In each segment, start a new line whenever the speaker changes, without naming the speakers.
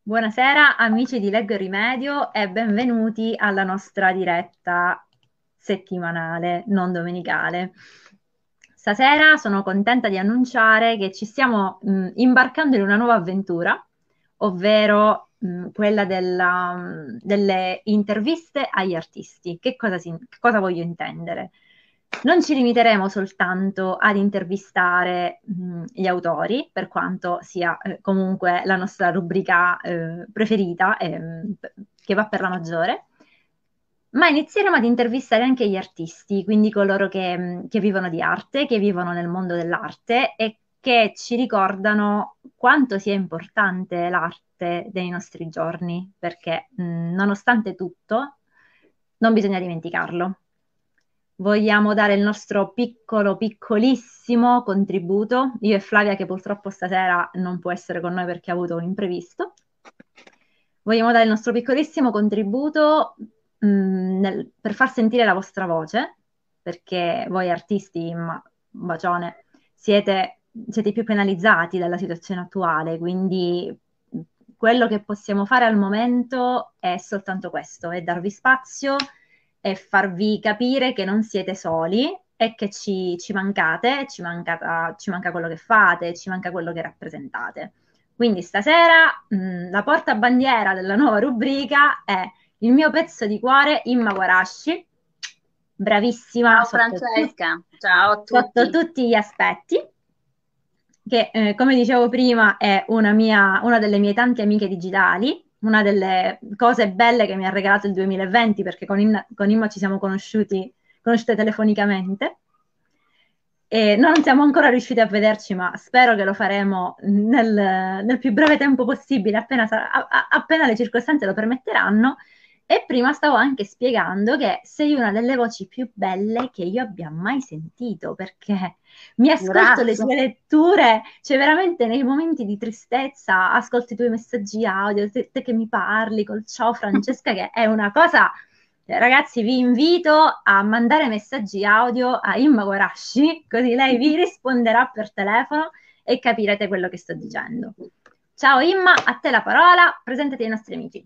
Buonasera amici di Leggo il Rimedio e benvenuti alla nostra diretta settimanale, non domenicale. Stasera sono contenta di annunciare che ci stiamo imbarcando in una nuova avventura, ovvero quella delle interviste agli artisti. Che cosa voglio intendere? Non ci limiteremo soltanto ad intervistare gli autori, per quanto sia comunque la nostra rubrica preferita che va per la maggiore, ma inizieremo ad intervistare anche gli artisti, quindi coloro che vivono di arte, che vivono nel mondo dell'arte e che ci ricordano quanto sia importante l'arte dei nostri giorni, perché nonostante tutto non bisogna dimenticarlo. Vogliamo dare il nostro piccolo, piccolissimo contributo. Io e Flavia, che purtroppo stasera non può essere con noi perché ha avuto un imprevisto. Vogliamo dare il nostro piccolissimo contributo per far sentire la vostra voce, perché voi artisti, ma un bacione, siete i più penalizzati dalla situazione attuale, quindi quello che possiamo fare al momento è soltanto questo, è darvi spazio e farvi capire che non siete soli e che ci mancate, ci manca quello che fate, ci manca quello che rappresentate. Quindi stasera la portabandiera della nuova rubrica è il mio pezzo di cuore, Imma Guarasci, bravissima
Ciao Francesca, ciao a
sotto
tutti.
tutti gli aspetti, che come dicevo prima è una delle mie tante amiche digitali, una delle cose belle che mi ha regalato il 2020 perché con Imma ci siamo conosciute telefonicamente. E non siamo ancora riusciti a vederci, ma spero che lo faremo nel più breve tempo possibile, appena le circostanze lo permetteranno. E prima stavo anche spiegando che sei una delle voci più belle che io abbia mai sentito, perché mi ascolto le
Grazie.
tue letture, cioè veramente nei momenti di tristezza ascolto i tuoi messaggi audio, te che mi parli col ciao Francesca, che è una cosa. Ragazzi, vi invito a mandare messaggi audio a Imma Guarasci, così lei vi risponderà per telefono e capirete quello che sto dicendo. Ciao Imma, a te la parola, presentati ai nostri amici.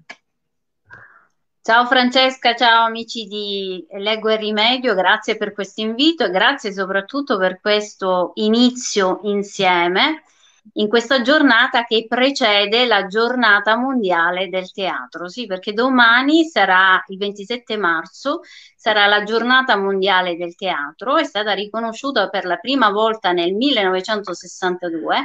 Ciao Francesca, ciao amici di Leggo il Rimedio, grazie per questo invito e grazie soprattutto per questo inizio insieme in questa giornata che precede la giornata mondiale del teatro. Sì, perché domani sarà il 27 marzo, sarà la giornata mondiale del teatro, è stata riconosciuta per la prima volta nel 1962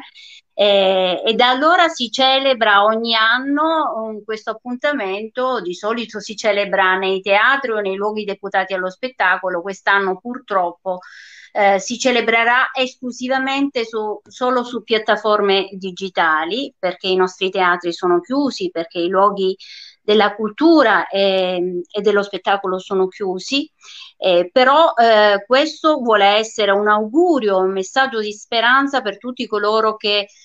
e da allora si celebra ogni anno questo appuntamento, di solito si celebra nei teatri o nei luoghi deputati allo spettacolo, quest'anno purtroppo si celebrerà esclusivamente solo su piattaforme digitali, perché i nostri teatri sono chiusi, perché i luoghi della cultura e dello spettacolo sono chiusi, però questo vuole essere un augurio, un messaggio di speranza per tutti coloro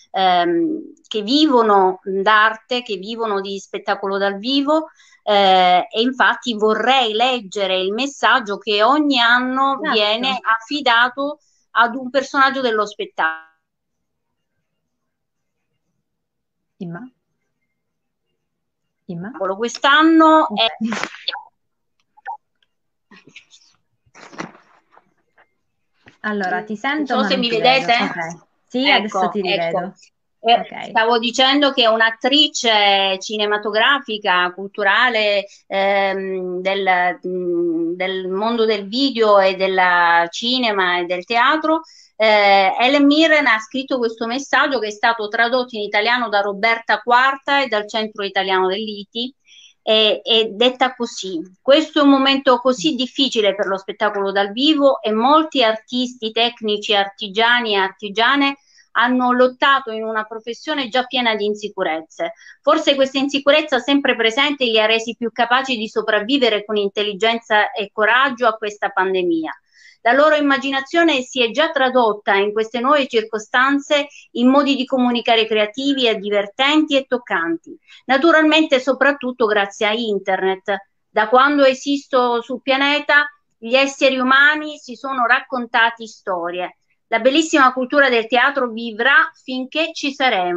che vivono d'arte, che vivono di spettacolo dal vivo. E infatti vorrei leggere il messaggio che ogni anno viene
Certo.
affidato ad un personaggio dello spettacolo.
Imma? Imma?
Quest'anno
Ok.
è...
Allora, ti
Non
sento
so
ma
se
non
mi
ti vedo.
vedete.
Ok. Sì, adesso
Ecco,
ti
ecco.
rivedo. Ok.
Stavo dicendo che è un'attrice cinematografica, culturale, del mondo del video e del cinema e del teatro. Helen Mirren ha scritto questo messaggio che è stato tradotto in italiano da Roberta Quarta e dal Centro Italiano dell'ITI è detta così. Questo è un momento così difficile per lo spettacolo dal vivo e molti artisti, tecnici, artigiani e artigiane hanno lottato in una professione già piena di insicurezze. Forse questa insicurezza sempre presente li ha resi più capaci di sopravvivere con intelligenza e coraggio a questa pandemia. La loro immaginazione si è già tradotta in queste nuove circostanze in modi di comunicare creativi e divertenti e toccanti. Naturalmente, soprattutto grazie a internet. Da quando esisto sul pianeta, gli esseri umani si sono raccontati storie. La bellissima cultura del teatro vivrà finché ci saremo.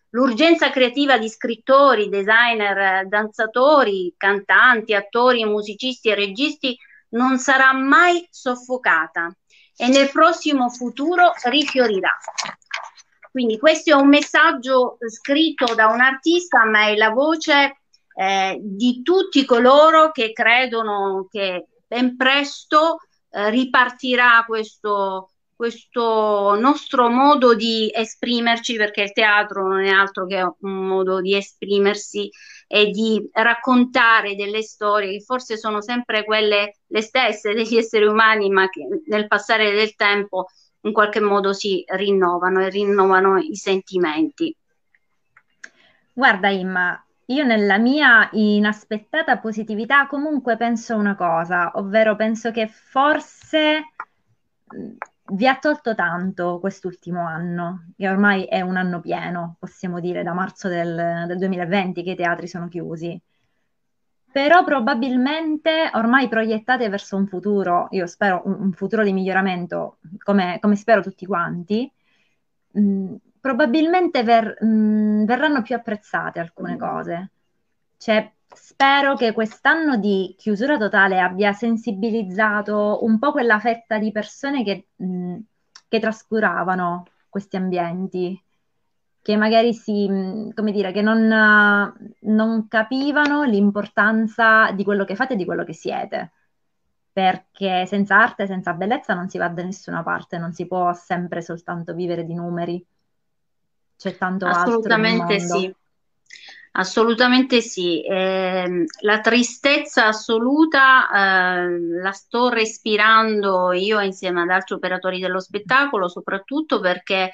l'urgenza creativa di scrittori, designer, danzatori, cantanti, attori, musicisti e registi non sarà mai soffocata e nel prossimo futuro rifiorirà. Quindi questo è un messaggio scritto da un artista, ma è la voce di tutti coloro che credono che ben presto ripartirà questo nostro modo di esprimerci, perché il teatro non è altro che un modo di esprimersi e di raccontare delle storie che forse sono sempre quelle le stesse degli esseri umani, ma che nel passare del tempo in qualche modo si rinnovano e rinnovano i sentimenti.
Guarda Imma, io nella mia inaspettata positività comunque penso una cosa, ovvero penso che forse vi ha tolto tanto quest'ultimo anno, che ormai è un anno pieno, possiamo dire, da marzo del 2020 che i teatri sono chiusi. Però probabilmente ormai proiettate verso un futuro, io spero un futuro di miglioramento, come spero tutti quanti, probabilmente verranno più apprezzate alcune cose. Cioè, spero che quest'anno di chiusura totale abbia sensibilizzato un po' quella fetta di persone che trascuravano questi ambienti, che magari come dire, che non capivano l'importanza di quello che fate e di quello che siete. Perché senza arte, senza bellezza non si va da nessuna parte, non si può sempre soltanto vivere di numeri, c'è tanto altro nel
Assolutamente
mondo.
sì, assolutamente sì. La tristezza assoluta, la sto respirando io insieme ad altri operatori dello spettacolo, soprattutto perché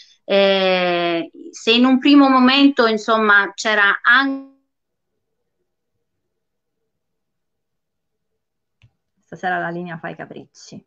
se in un primo momento, insomma, c'era anche
Stasera la linea fa i capricci.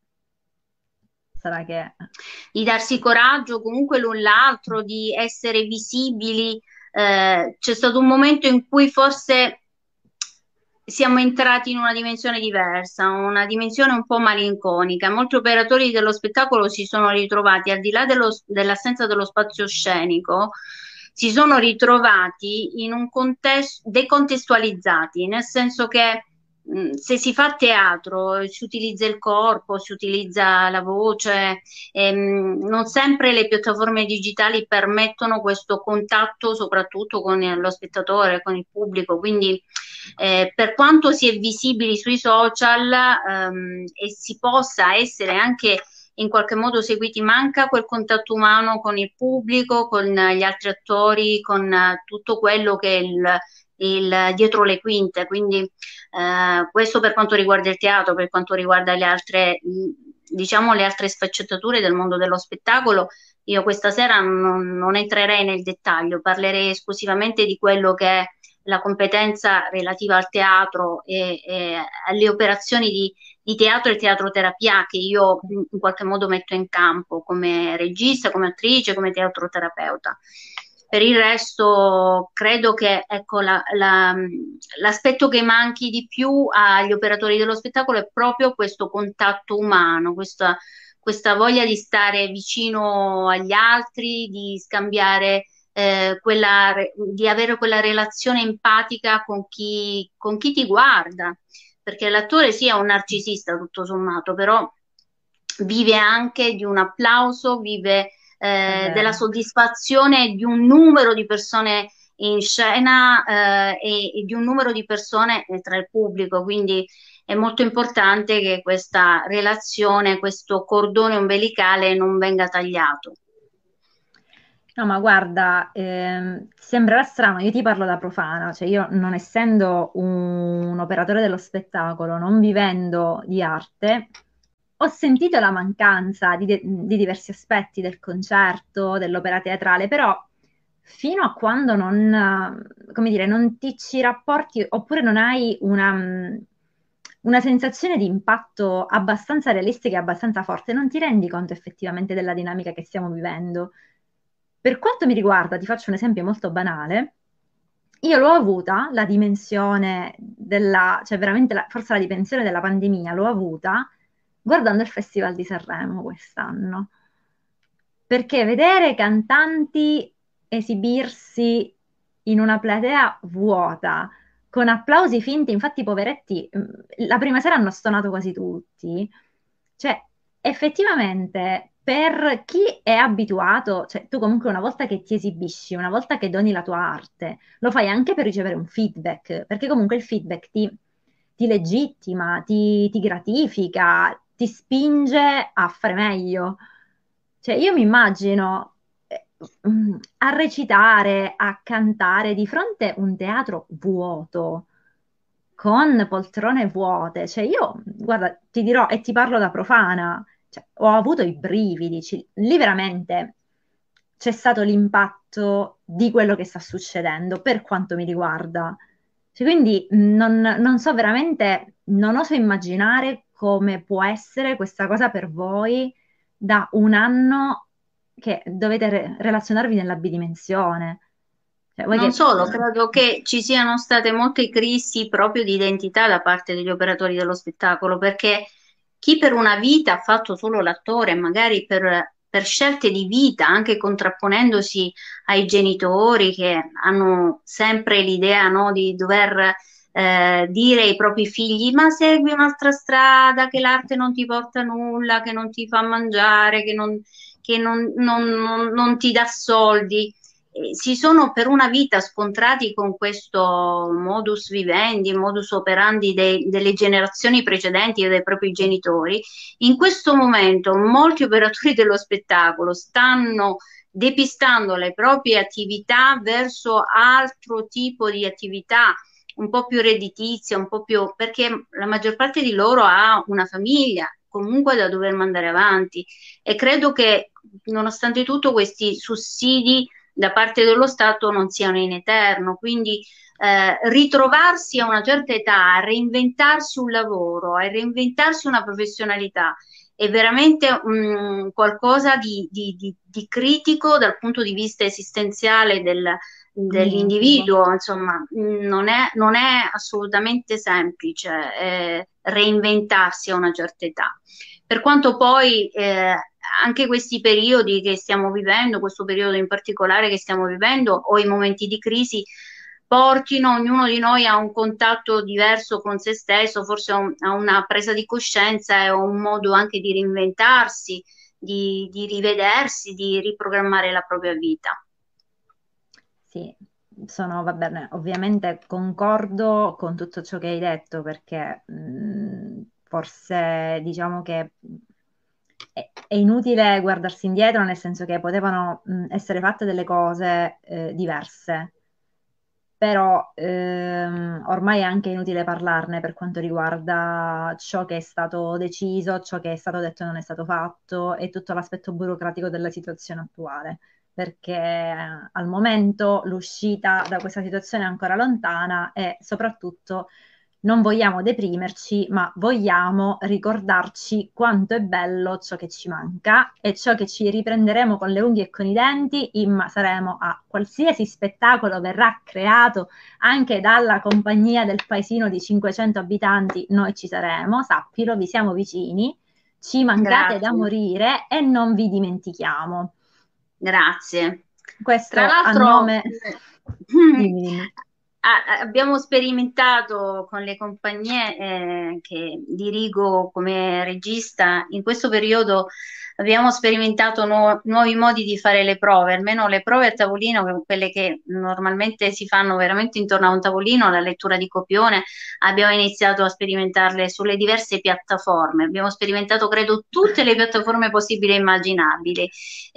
Sarà che...
di darsi coraggio comunque l'un l'altro, di essere visibili. C'è stato un momento in cui forse siamo entrati in una dimensione diversa, una dimensione un po' malinconica. Molti operatori dello spettacolo si sono ritrovati, al di là dell'assenza dello spazio scenico, si sono ritrovati in un contesto decontestualizzati, nel senso che se si fa teatro si utilizza il corpo, si utilizza la voce, non sempre le piattaforme digitali permettono questo contatto, soprattutto con lo spettatore, con il pubblico. Quindi, per quanto si è visibili sui social e si possa essere anche in qualche modo seguiti, manca quel contatto umano con il pubblico, con gli altri attori, con tutto quello che è il dietro le quinte. Quindi questo per quanto riguarda il teatro, per quanto riguarda le altre, diciamo, le altre sfaccettature del mondo dello spettacolo. Io questa sera non entrerei nel dettaglio, parlerei esclusivamente di quello che è la competenza relativa al teatro e alle operazioni di teatro e teatroterapia che io in qualche modo metto in campo come regista, come attrice, come teatroterapeuta. Per il resto credo che ecco, l'aspetto che manchi di più agli operatori dello spettacolo è proprio questo contatto umano, questa voglia di stare vicino agli altri, di scambiare di avere quella relazione empatica con chi ti guarda, perché l'attore sia un narcisista tutto sommato, però vive anche di un applauso, vive della soddisfazione di un numero di persone in scena e di un numero di persone tra il pubblico, quindi è molto importante che questa relazione, questo cordone ombelicale non venga tagliato.
No, ma guarda, sembrerà strano, io ti parlo da profana, cioè io non essendo un operatore dello spettacolo, non vivendo di arte, ho sentito la mancanza di diversi aspetti del concerto, dell'opera teatrale, però fino a quando come dire, non ti ci rapporti oppure non hai una sensazione di impatto abbastanza realistica e abbastanza forte, non ti rendi conto effettivamente della dinamica che stiamo vivendo. Per quanto mi riguarda, ti faccio un esempio molto banale. Io l'ho avuta la dimensione cioè veramente forse la dimensione della pandemia l'ho avuta guardando il Festival di Sanremo quest'anno. Perché vedere cantanti esibirsi in una platea vuota, con applausi finti, infatti i poveretti, la prima sera hanno stonato quasi tutti. Cioè, effettivamente, per chi è abituato, cioè tu comunque una volta che ti esibisci, una volta che doni la tua arte, lo fai anche per ricevere un feedback, perché comunque il feedback ti legittima, ti gratifica, ti spinge a fare meglio. Cioè, io mi immagino a recitare, a cantare di fronte a un teatro vuoto, con poltrone vuote. Cioè, io, guarda, ti dirò e ti parlo da profana, cioè, ho avuto i brividi, lì veramente c'è stato l'impatto di quello che sta succedendo per quanto mi riguarda. Cioè, quindi non so veramente, non oso immaginare come può essere questa cosa per voi da un anno che dovete relazionarvi nella bidimensione. Cioè, voi
Non
che...
solo, credo che ci siano state molte crisi proprio di identità da parte degli operatori dello spettacolo, perché chi per una vita ha fatto solo l'attore, magari per scelte di vita, anche contrapponendosi ai genitori che hanno sempre l'idea, no, di dover dire ai propri figli: ma segui un'altra strada, che l'arte non ti porta a nulla, che non ti fa mangiare, che non ti dà soldi. Si sono per una vita scontrati con questo modus vivendi, modus operandi delle generazioni precedenti e dei propri genitori. In questo momento molti operatori dello spettacolo stanno depistando le proprie attività verso altro tipo di attività un po' più redditizia, un po' più, perché la maggior parte di loro ha una famiglia comunque da dover mandare avanti, e credo che nonostante tutto questi sussidi da parte dello Stato non siano in eterno, quindi ritrovarsi a una certa età, a reinventarsi un lavoro, a reinventarsi una professionalità è veramente qualcosa di critico dal punto di vista esistenziale
Immenso.
dell'individuo. Insomma, non è assolutamente semplice reinventarsi a una certa età. Per quanto poi anche questi periodi che stiamo vivendo, questo periodo in particolare che stiamo vivendo, o i momenti di crisi, portino ognuno di noi a un contatto diverso con se stesso, forse a una presa di coscienza e a un modo anche di reinventarsi, di rivedersi, di riprogrammare la propria vita.
Sì, va bene, ovviamente concordo con tutto ciò che hai detto perché forse diciamo che è inutile guardarsi indietro, nel senso che potevano essere fatte delle cose diverse, però ormai è anche inutile parlarne per quanto riguarda ciò che è stato deciso, ciò che è stato detto e non è stato fatto e tutto l'aspetto burocratico della situazione attuale, perché al momento l'uscita da questa situazione è ancora lontana e soprattutto non vogliamo deprimerci, ma vogliamo ricordarci quanto è bello ciò che ci manca e ciò che ci riprenderemo con le unghie e con i denti, saremo a qualsiasi spettacolo verrà creato anche dalla compagnia del paesino di 500 abitanti, noi ci saremo, sappilo, vi siamo vicini, ci mancate da
Grazie,
morire e non vi dimentichiamo.
grazie. Tra
Questo a
l'altro,
nome... Dimmi, dimmi.
abbiamo sperimentato con le compagnie che dirigo come regista in questo periodo. Abbiamo sperimentato nuovi modi di fare le prove, almeno le prove a tavolino, quelle che normalmente si fanno veramente intorno a un tavolino, la lettura di copione. Abbiamo iniziato a sperimentarle sulle diverse piattaforme. Abbiamo sperimentato, credo, tutte le piattaforme possibili e immaginabili.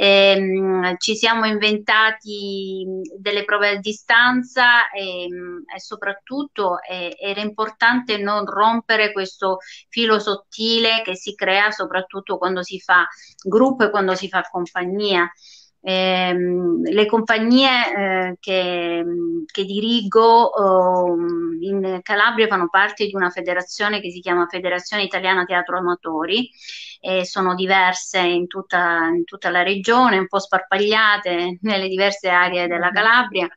Ci siamo inventati delle prove a distanza e soprattutto era importante non rompere questo filo sottile che si crea soprattutto quando si fa gruppo e quando si fa compagnia. Le compagnie che dirigo in Calabria fanno parte di una federazione che si chiama Federazione Italiana Teatro Amatori, e sono diverse in tutta la regione, un po' sparpagliate nelle diverse aree della
Vabbè.
Calabria.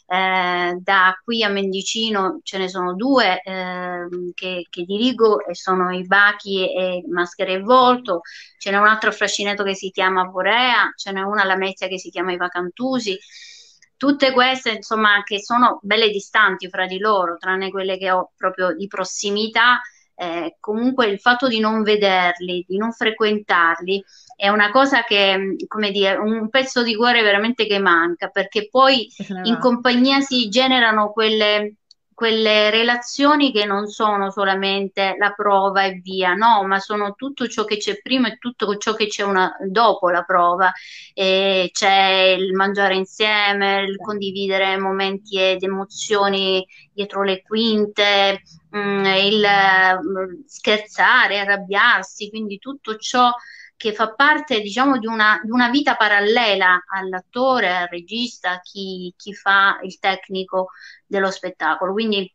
Da qui a Mendicino ce ne sono due che dirigo, e sono i Bachi e Maschere e Volto. Ce n'è un altro a Frascineto che si chiama Borea, ce n'è una a Lamezia che si chiama I Vacantusi. tutte queste, insomma, che sono belle distanti fra di loro, tranne quelle che ho proprio di prossimità, comunque il fatto di non vederli, di non frequentarli, è una cosa che, come dire, un pezzo di cuore veramente che manca, perché poi
E se ne
in
va.
compagnia si generano quelle relazioni che non sono solamente la prova e via, no, ma sono tutto ciò che c'è prima e tutto ciò che c'è dopo la prova. E c'è il mangiare insieme, il condividere momenti ed emozioni dietro le quinte, il scherzare, arrabbiarsi, quindi tutto ciò che fa parte, diciamo, di una vita parallela all'attore, al regista, a chi fa il tecnico dello spettacolo. Quindi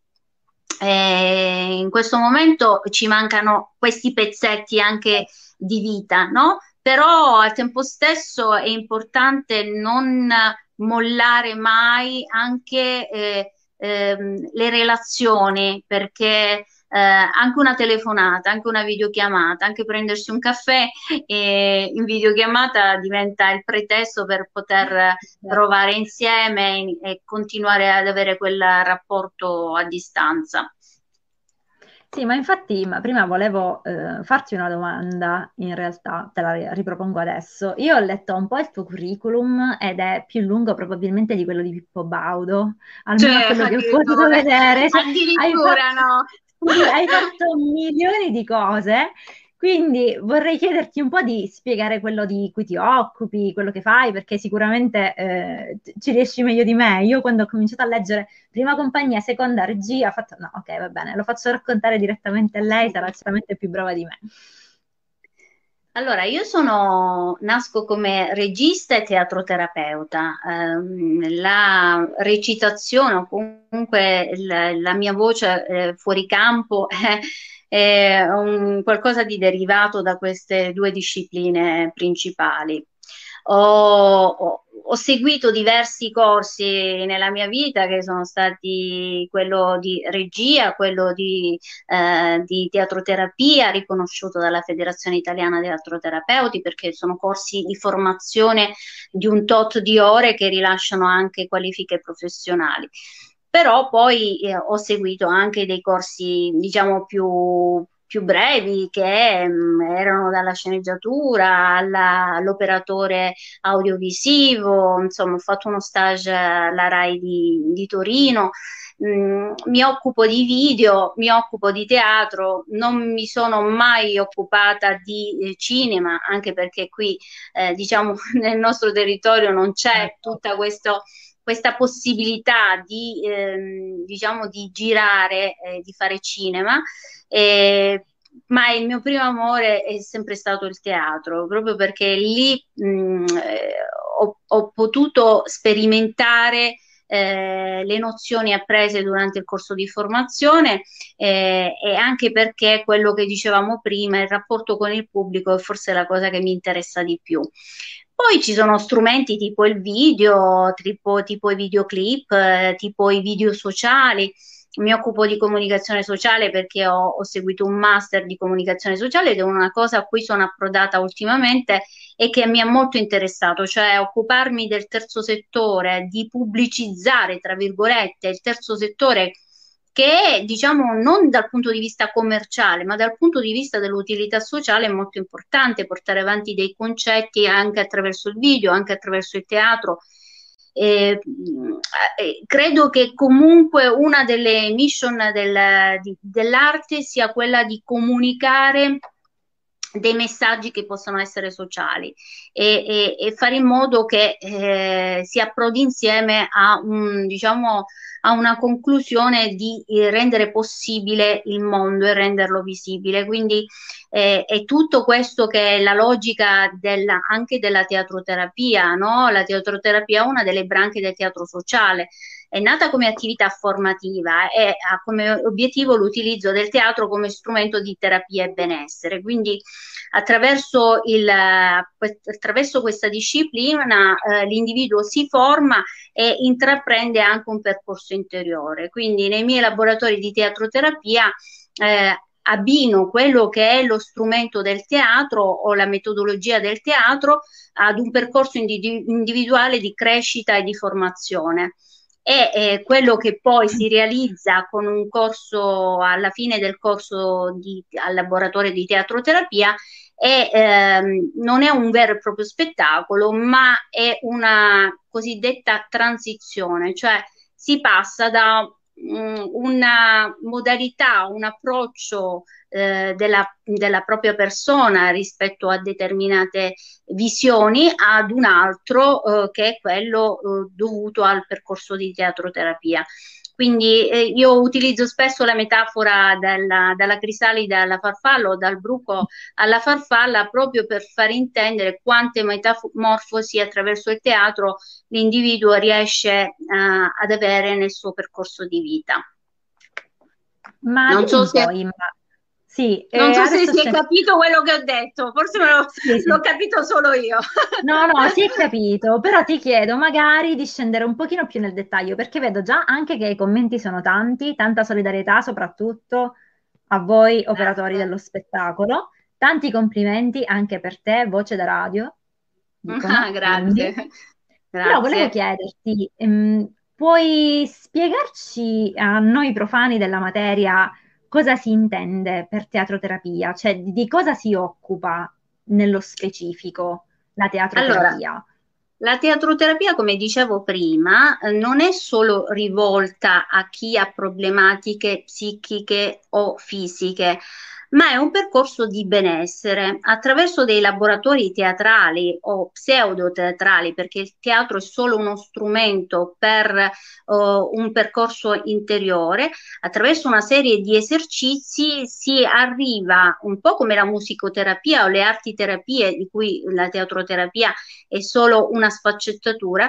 in questo momento ci mancano questi pezzetti anche di vita, no? Però al tempo stesso è importante non mollare mai anche le relazioni, perché anche una telefonata, anche una videochiamata, anche prendersi un caffè in videochiamata diventa il pretesto per poter provare insieme e continuare ad avere quel rapporto a distanza.
Sì, ma infatti, ma prima volevo farti una domanda, in realtà te la ripropongo adesso. Io ho letto un po' il tuo curriculum ed è più lungo probabilmente di quello di Pippo Baudo, almeno a
Cioè,
quello che ho potuto
addirittura,
vedere. Cioè, hai
addirittura
fatto,
no.
sì, hai fatto milioni di cose, quindi vorrei chiederti un po' di spiegare quello di cui ti occupi, quello che fai, perché sicuramente ci riesci meglio di me. Io quando ho cominciato a leggere prima compagnia, seconda regia, ho fatto no, ok, va bene, lo faccio raccontare direttamente a lei, sarà sicuramente più brava di me.
Allora, nasco come regista e teatroterapeuta. La recitazione o comunque la mia voce fuori campo è qualcosa di derivato da queste due discipline principali. Ho seguito diversi corsi nella mia vita che sono stati quello di regia, quello di teatroterapia, riconosciuto dalla Federazione Italiana Teatroterapeuti, perché sono corsi di formazione di un tot di ore che rilasciano anche qualifiche professionali. Però poi ho seguito anche dei corsi, diciamo, più brevi che erano dalla sceneggiatura all'operatore audiovisivo, insomma, ho fatto uno stage alla RAI di Torino. Mi occupo di video, mi occupo di teatro, non mi sono mai occupata di cinema, anche perché qui, diciamo, nel nostro territorio non c'è tutta questa possibilità diciamo, di girare, di fare cinema. Ma il mio primo amore è sempre stato il teatro, proprio perché lì ho potuto sperimentare le nozioni apprese durante il corso di formazione e anche perché quello che dicevamo prima, il rapporto con il pubblico è forse la cosa che mi interessa di più. Poi ci sono strumenti tipo il video, tipo i videoclip, tipo i video sociali. Mi occupo di comunicazione sociale perché ho seguito un master di comunicazione sociale ed è una cosa a cui sono approdata ultimamente e che mi ha molto interessato, cioè occuparmi del terzo settore, di pubblicizzare, tra virgolette, il terzo settore che è, diciamo, non dal punto di vista commerciale, ma dal punto di vista dell'utilità sociale è molto importante portare avanti dei concetti anche attraverso il video, anche attraverso il teatro. Credo che comunque una delle mission dell'arte sia quella di comunicare dei messaggi che possono essere sociali e fare in modo che si approdi insieme diciamo, a una conclusione di rendere possibile il mondo e renderlo visibile. Quindi è tutto questo che è la logica anche della teatroterapia, no? La teatroterapia è una delle branche del teatro sociale. È nata come attività formativa e ha come obiettivo l'utilizzo del teatro come strumento di terapia e benessere. Quindi attraverso questa disciplina l'individuo si forma e intraprende anche un percorso interiore. Quindi nei miei laboratori di teatroterapia abbino quello che è lo strumento del teatro o la metodologia del teatro ad un percorso individuale di crescita e di formazione. E quello che poi si realizza con un corso alla fine del corso al laboratorio di teatroterapia non è un vero e proprio spettacolo, ma è una cosiddetta transizione, cioè si passa da una modalità, un approccio della propria persona rispetto a determinate visioni ad un altro che è quello dovuto al percorso di teatroterapia. Quindi io utilizzo spesso la metafora dalla crisalida alla farfalla o dal bruco alla farfalla proprio per far intendere quante metamorfosi attraverso il teatro l'individuo riesce ad avere nel suo percorso di vita.
Ma
Non
dimmi
so
un
se,
po', Imma. Sì,
non so se
adesso
si è capito quello che ho detto, forse
sì,
l'ho
sì.
capito solo io.
No, no, si è capito, però ti chiedo magari di scendere un pochino più nel dettaglio, perché vedo già anche che i commenti sono tanti, tanta solidarietà soprattutto a voi operatori
Grazie.
dello spettacolo, tanti complimenti anche per te, voce da radio, dicono,
Grazie,
quindi. Però volevo
grazie.
chiederti, puoi spiegarci a noi profani della materia cosa si intende per teatroterapia, cioè di cosa si occupa nello specifico la
Allora,
teatroterapia?
la teatroterapia, come dicevo prima, non è solo rivolta a chi ha problematiche psichiche o fisiche, ma è un percorso di benessere attraverso dei laboratori teatrali o pseudoteatrali, perché il teatro è solo uno strumento per un percorso interiore. Attraverso una serie di esercizi si arriva, un po' come la musicoterapia o le arti terapie, di cui la teatroterapia è solo una sfaccettatura,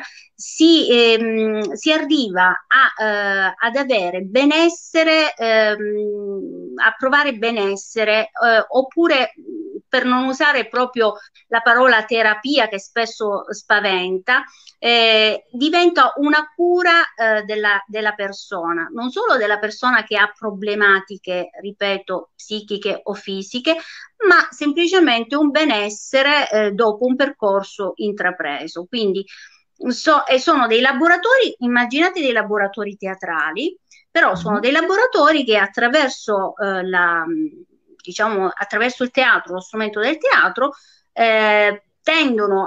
si arriva ad avere benessere, a provare benessere, oppure per non usare proprio la parola terapia che spesso spaventa, diventa una cura della persona, non solo della persona che ha problematiche, ripeto, psichiche o fisiche, ma semplicemente un benessere dopo un percorso intrapreso. Quindi sono dei laboratori, immaginate dei laboratori teatrali, però sono
Mhm.
dei laboratori che diciamo, attraverso il teatro, lo strumento del teatro, tendono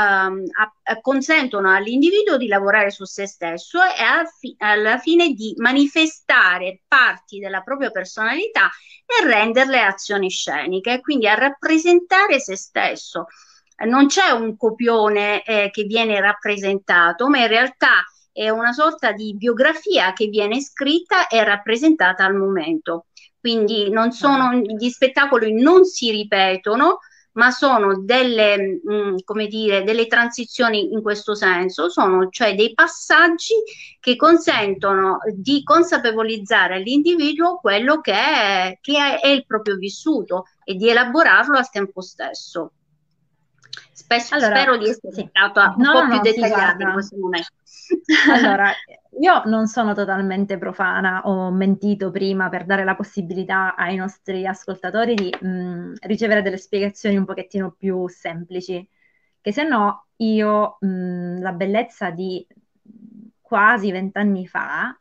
consentono all'individuo di lavorare su se stesso e alla fine di manifestare parti della propria personalità e renderle azioni sceniche, quindi a rappresentare se stesso. Non c'è un copione che viene rappresentato, ma in realtà è una sorta di biografia che viene scritta e rappresentata al momento. Quindi
Ah.
gli spettacoli non si ripetono, ma sono come dire, delle transizioni in questo senso, sono cioè dei passaggi che consentono di consapevolizzare all'individuo quello che è il proprio vissuto e di elaborarlo al tempo stesso.
Allora,
Spero di essere
sì,
stata un
no,
po'
no,
più
no, sì,
dettagliata in
guarda.
questo momento.
Allora, io non sono totalmente profana, ho mentito prima per dare la possibilità ai nostri ascoltatori di ricevere delle spiegazioni un pochettino più semplici, che se no io la bellezza di quasi 20 anni fa,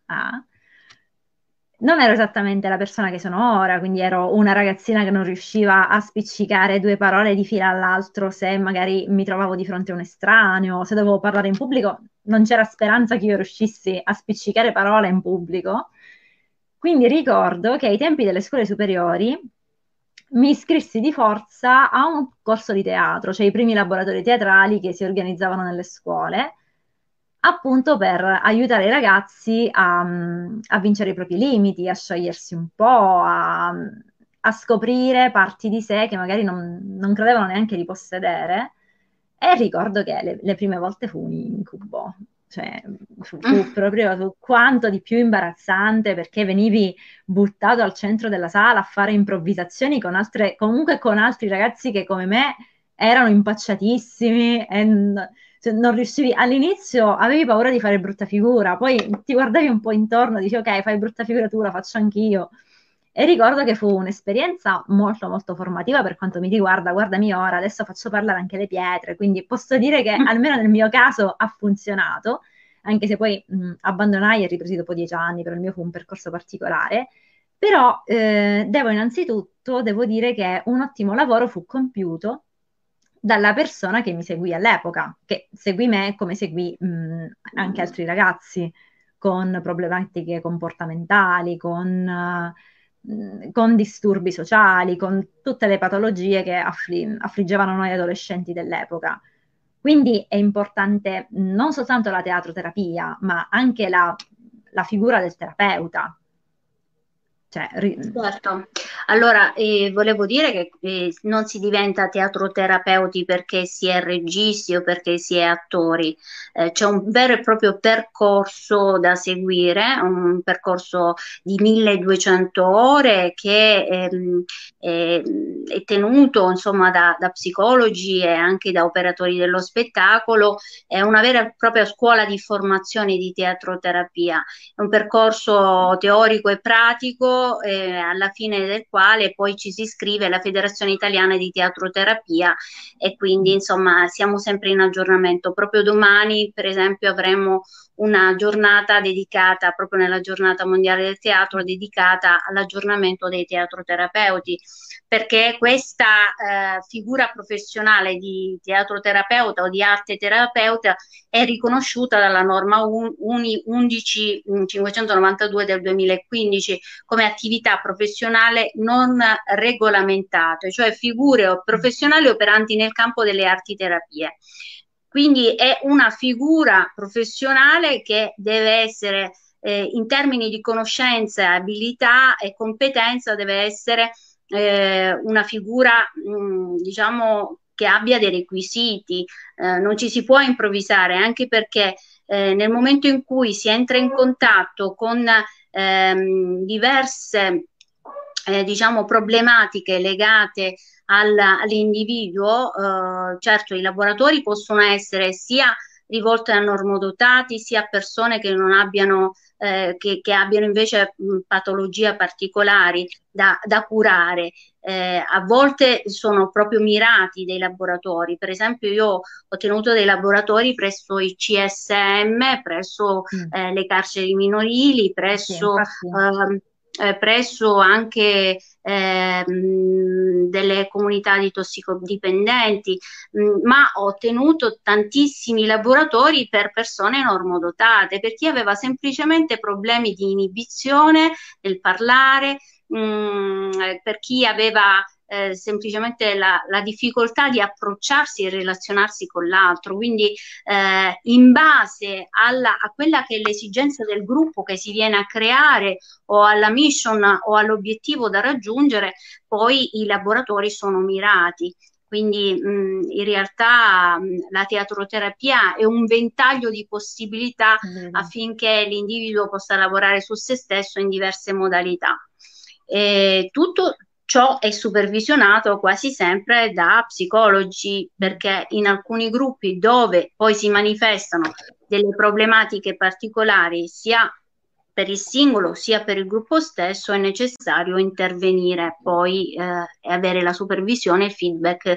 non ero esattamente la persona che sono ora, quindi ero una ragazzina che non riusciva a spiccicare due parole di fila all'altro se magari mi trovavo di fronte a un estraneo, se dovevo parlare in pubblico, non c'era speranza che io riuscissi a spiccicare parole in pubblico. Quindi ricordo che ai tempi delle scuole superiori mi iscrissi di forza a un corso di teatro, cioè i primi laboratori teatrali che si organizzavano nelle scuole, appunto per aiutare i ragazzi a vincere i propri limiti, a sciogliersi un po', a scoprire parti di sé che magari non credevano neanche di possedere. E ricordo che le prime volte fu un incubo, cioè fu proprio quanto di più imbarazzante perché venivi buttato al centro della sala a fare improvvisazioni con comunque con altri ragazzi che come me erano impacciatissimi e cioè, non riuscivi. All'inizio avevi paura di fare brutta figura, poi ti guardavi un po' intorno e dici ok, fai brutta figura tu, la faccio anch'io. E ricordo che fu un'esperienza molto molto formativa per quanto mi riguarda, guardami ora, adesso faccio parlare anche le pietre, quindi posso dire che almeno nel mio caso ha funzionato, anche se poi abbandonai e ripresi dopo 10 anni, però il mio fu un percorso particolare. Però devo dire che un ottimo lavoro fu compiuto dalla persona che mi seguì all'epoca, che seguì me come seguì anche altri ragazzi con problematiche comportamentali, con disturbi sociali, con tutte le patologie che affliggevano noi adolescenti dell'epoca. Quindi è importante non soltanto la teatroterapia, ma anche la figura del terapeuta. Cioè,
Certo, allora volevo dire che non si diventa teatroterapeuti perché si è registi o perché si è attori. C'è un vero e proprio percorso da seguire, un percorso di 1200 ore che è tenuto insomma da psicologi e anche da operatori dello spettacolo, è una vera e propria scuola di formazione di teatroterapia. È un percorso teorico e pratico, alla fine del quale poi ci si iscrive alla Federazione Italiana di Teatroterapia e quindi insomma siamo sempre in aggiornamento. Proprio domani, per esempio, avremo una giornata dedicata, proprio nella giornata mondiale del teatro, dedicata all'aggiornamento dei teatroterapeuti, perché questa figura professionale di teatroterapeuta o di arte terapeuta è riconosciuta dalla norma 11592 del 2015 come attività professionale non regolamentate, cioè figure professionali operanti nel campo delle arti terapie. Quindi è una figura professionale che deve essere, in termini di conoscenza, abilità e competenza, deve essere una figura, diciamo, che abbia dei requisiti, non ci si può improvvisare, anche perché nel momento in cui si entra in contatto con diverse diciamo problematiche legate all'individuo, certo i laboratori possono essere sia rivolti a normodotati sia a persone che non abbiano che abbiano invece patologie particolari da curare. A volte sono proprio mirati dei laboratori. Per esempio, io ho tenuto dei laboratori presso i CSM, presso le carceri minorili, presso anche delle comunità di tossicodipendenti, ma ho tenuto tantissimi laboratori per persone normodotate, per chi aveva semplicemente problemi di inibizione nel parlare, per chi aveva semplicemente la difficoltà di approcciarsi e relazionarsi con l'altro, quindi in base a quella che è l'esigenza del gruppo che si viene a creare o alla mission o all'obiettivo da raggiungere, poi i laboratori sono mirati. Quindi in realtà la teatroterapia è un ventaglio di possibilità affinché l'individuo possa lavorare su se stesso in diverse modalità. Tutto ciò è supervisionato quasi sempre da psicologi, perché in alcuni gruppi dove poi si manifestano delle problematiche particolari sia per il singolo sia per il gruppo stesso è necessario intervenire poi e avere la supervisione e il feedback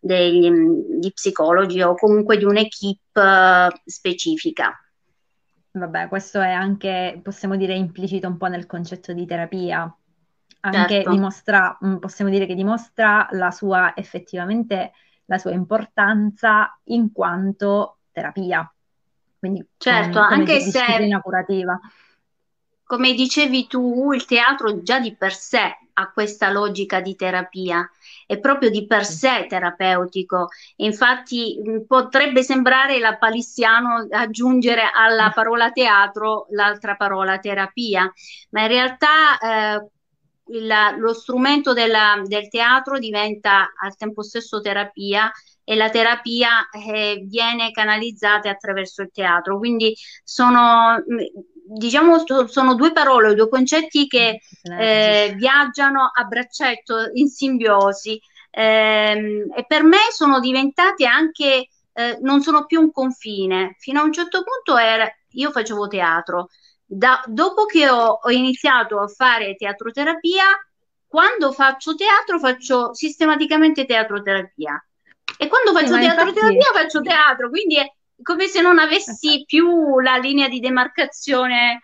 di psicologi o comunque di un'equipe specifica.
Vabbè, questo è anche, possiamo dire, implicito un po' nel concetto di terapia. Anche
Certo.
possiamo dire che dimostra effettivamente la sua importanza in quanto terapia, quindi
certo,
come
anche se
disciplina curativa.
come dicevi tu, il teatro già di per sé ha questa logica di terapia, è proprio di per sé terapeutico. Infatti, potrebbe sembrare lapalissiano aggiungere alla parola teatro l'altra parola terapia, ma in realtà lo strumento del teatro diventa al tempo stesso terapia e la terapia viene canalizzata attraverso il teatro. Quindi diciamo, sono due parole, due concetti che viaggiano a braccetto in simbiosi, e per me sono diventati anche, non sono più un confine. Fino a un certo punto io facevo teatro. Dopo che ho iniziato a fare teatroterapia,
quando faccio teatro faccio sistematicamente teatroterapia e quando
Sì,
faccio
ma infatti
teatroterapia faccio teatro, quindi è come se non avessi più la linea di demarcazione,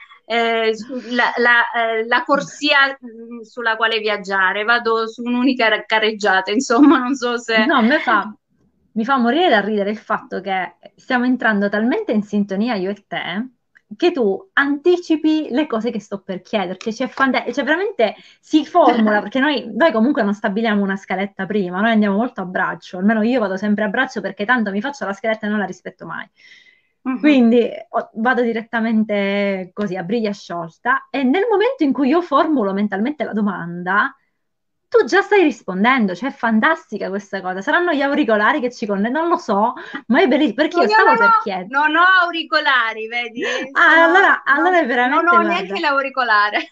la corsia sulla quale viaggiare, vado su un'unica carreggiata, insomma, non so se...
no, mi fa morire da ridere il fatto che stiamo entrando talmente in sintonia io e te che tu anticipi le cose che sto per chiederti, cioè veramente si formula, perché noi comunque non stabiliamo una scaletta prima, noi andiamo molto a braccio, almeno io vado sempre a braccio perché tanto mi faccio la scaletta e non la rispetto mai.
Mhm.
Quindi vado direttamente così a briglia sciolta e nel momento in cui io formulo mentalmente la domanda, tu già stai rispondendo, cioè è fantastica questa cosa. Saranno gli auricolari che ci connettono, non lo so, ma è bellissimo perché
No,
io
io
stavo per chiedere.
non ho auricolari, vedi?
Ah, allora è
Non
veramente,
ho neanche
guarda,
l'auricolare.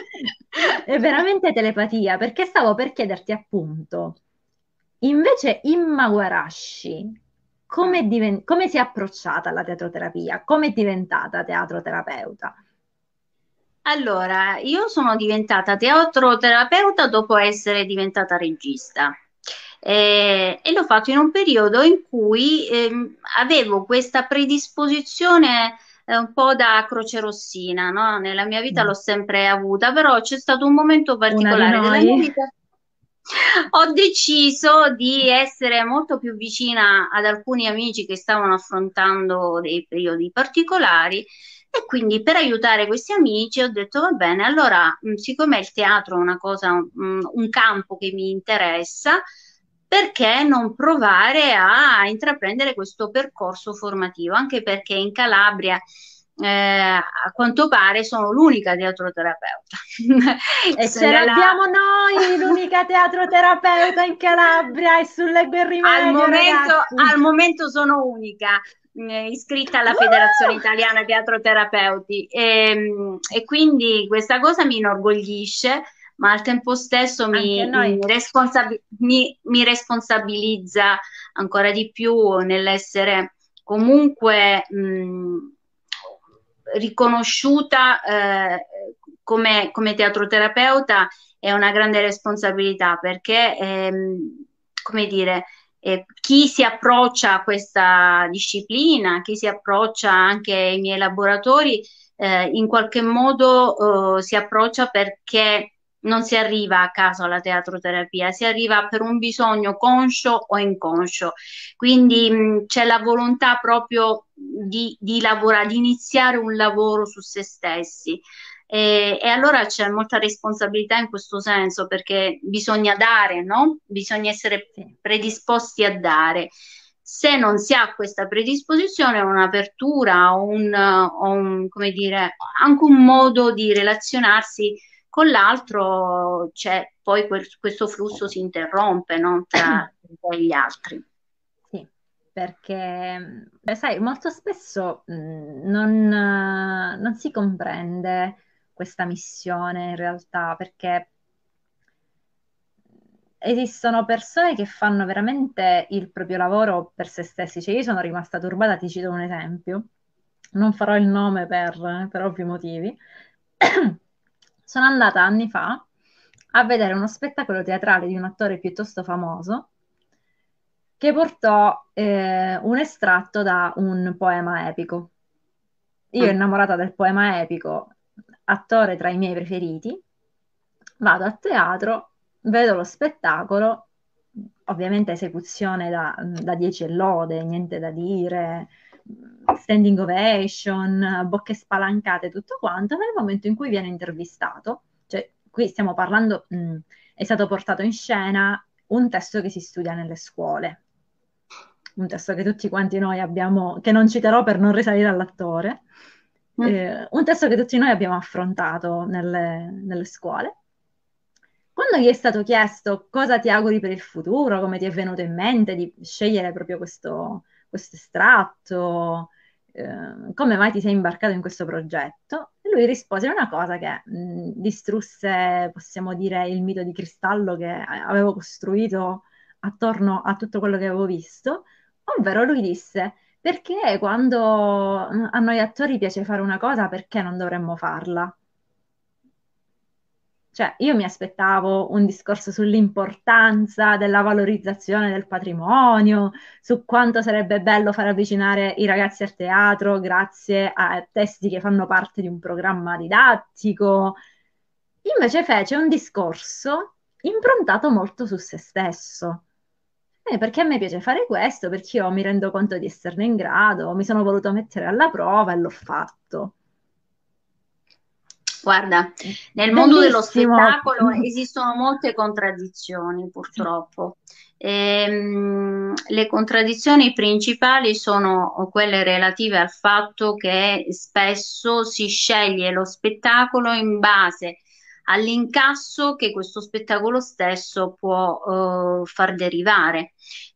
è veramente telepatia, perché stavo per chiederti appunto, invece Imma Guarasci,
Mm.
come si è approcciata alla teatroterapia? Come è diventata teatroterapeuta?
Allora, io sono diventata teatroterapeuta dopo essere diventata regista. E l'ho fatto in un periodo in cui avevo questa predisposizione un po' da crocerossina, no? Nella mia vita l'ho
Mm.
sempre avuta, però c'è stato un momento
Una di
particolare della mia
noi?
vita. Ho deciso di essere molto più vicina ad alcuni amici che stavano affrontando dei periodi particolari e quindi per aiutare questi amici ho detto va bene, allora siccome il teatro è una cosa, un campo che mi interessa, perché non provare a intraprendere questo percorso formativo? Anche perché in Calabria a quanto pare sono l'unica teatroterapeuta.
E ce l'abbiamo noi, l'unica teatroterapeuta in Calabria e sulle Guerrimedio,
Al
ragazzi.
momento sono unica iscritta alla Federazione
Uh!
Italiana Teatroterapeuti e quindi questa cosa mi inorgoglisce, ma al tempo stesso
Anche noi.
mi responsabilizza ancora di più nell'essere comunque riconosciuta come teatroterapeuta è una grande responsabilità perché, come dire, chi si approccia a questa disciplina, chi si approccia anche ai miei laboratori, in qualche modo, si approccia perché non si arriva a caso alla teatroterapia, si arriva per un bisogno conscio o inconscio. Quindi c'è la volontà proprio di lavorare, di iniziare un lavoro su se stessi. E allora c'è molta responsabilità in questo senso perché bisogna dare, no? Bisogna essere
Sì.
predisposti a dare. Se non si ha questa predisposizione, un'apertura come dire, anche un modo di relazionarsi con l'altro, c'è poi questo flusso si interrompe, no? Tra gli altri.
Sì, perché, sai, molto spesso non si comprende questa missione in realtà, perché esistono persone che fanno veramente il proprio lavoro per se stessi. Cioè, io sono rimasta turbata, ti cito un esempio, non farò il nome per ovvi motivi. Sono andata anni fa a vedere uno spettacolo teatrale di un attore piuttosto famoso che portò un estratto da un poema epico. Io,
Mm.
innamorata del poema epico, attore tra i miei preferiti, vado a teatro, vedo lo spettacolo, ovviamente esecuzione da 10 e lode, niente da dire, standing ovation, bocche spalancate, tutto quanto. Nel momento in cui viene intervistato, cioè qui stiamo parlando, è stato portato in scena un testo che si studia nelle scuole, un testo che tutti quanti noi abbiamo, che non citerò per non risalire all'attore,
Mm.
un testo che tutti noi abbiamo affrontato nelle scuole. Quando gli è stato chiesto cosa ti auguri per il futuro, come ti è venuto in mente di scegliere proprio questo estratto, come mai ti sei imbarcato in questo progetto, lui rispose una cosa che distrusse, possiamo dire, il mito di cristallo che avevo costruito attorno a tutto quello che avevo visto, ovvero lui disse, perché quando a noi attori piace fare una cosa, perché non dovremmo farla? Cioè, io mi aspettavo un discorso sull'importanza della valorizzazione del patrimonio, su quanto sarebbe bello far avvicinare i ragazzi al teatro grazie a testi che fanno parte di un programma didattico. Invece fece un discorso improntato molto su se stesso. Perché a me piace fare questo, perché io mi rendo conto di esserne in grado, mi sono voluto mettere alla prova e l'ho fatto.
Guarda, nel mondo dello
Bellissimo.
spettacolo esistono molte contraddizioni, purtroppo. Le contraddizioni principali sono quelle relative al fatto che spesso si sceglie lo spettacolo in base all'incasso che questo spettacolo stesso può far derivare,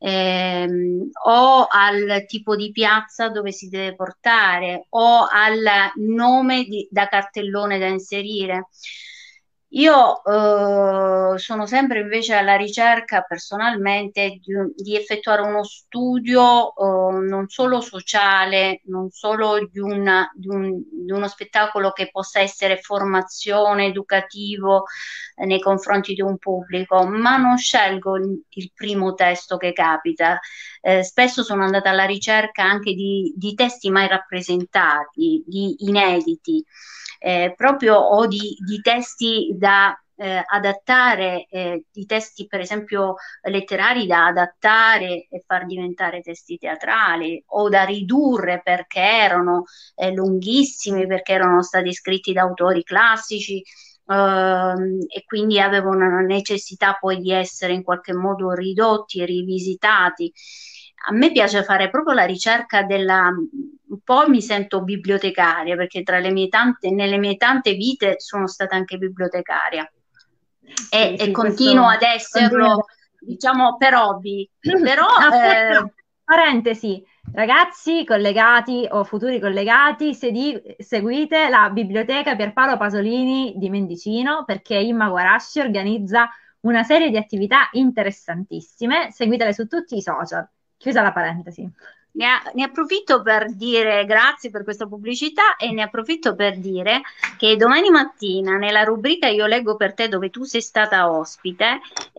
o al tipo di piazza dove si deve portare, o al nome da cartellone da inserire. Io sono sempre invece alla ricerca personalmente di effettuare uno studio non solo sociale, non solo di uno spettacolo che possa essere formazione, educativo nei confronti di un pubblico, ma non scelgo il primo testo che capita. Spesso sono andata alla ricerca anche di testi mai rappresentati, di inediti. Proprio o di testi da adattare, di testi per esempio letterari da adattare e far diventare testi teatrali, o da ridurre perché erano lunghissimi, perché erano stati scritti da autori classici. E quindi avevano una necessità poi di essere in qualche modo ridotti e rivisitati. A me piace fare proprio la ricerca un po' mi sento bibliotecaria, perché nelle mie tante vite sono stata anche bibliotecaria e continuo ad esserlo, diciamo, per hobby. Però,
parentesi, ragazzi collegati o futuri collegati, seguite la Biblioteca Pierpaolo Pasolini di Mendicino, perché Imma Guarasci organizza una serie di attività interessantissime. Seguitele su tutti i social. Chiusa la parentesi.
Ne approfitto per dire grazie per questa pubblicità e ne approfitto per dire che domani mattina nella rubrica Io leggo per te, dove tu sei stata ospite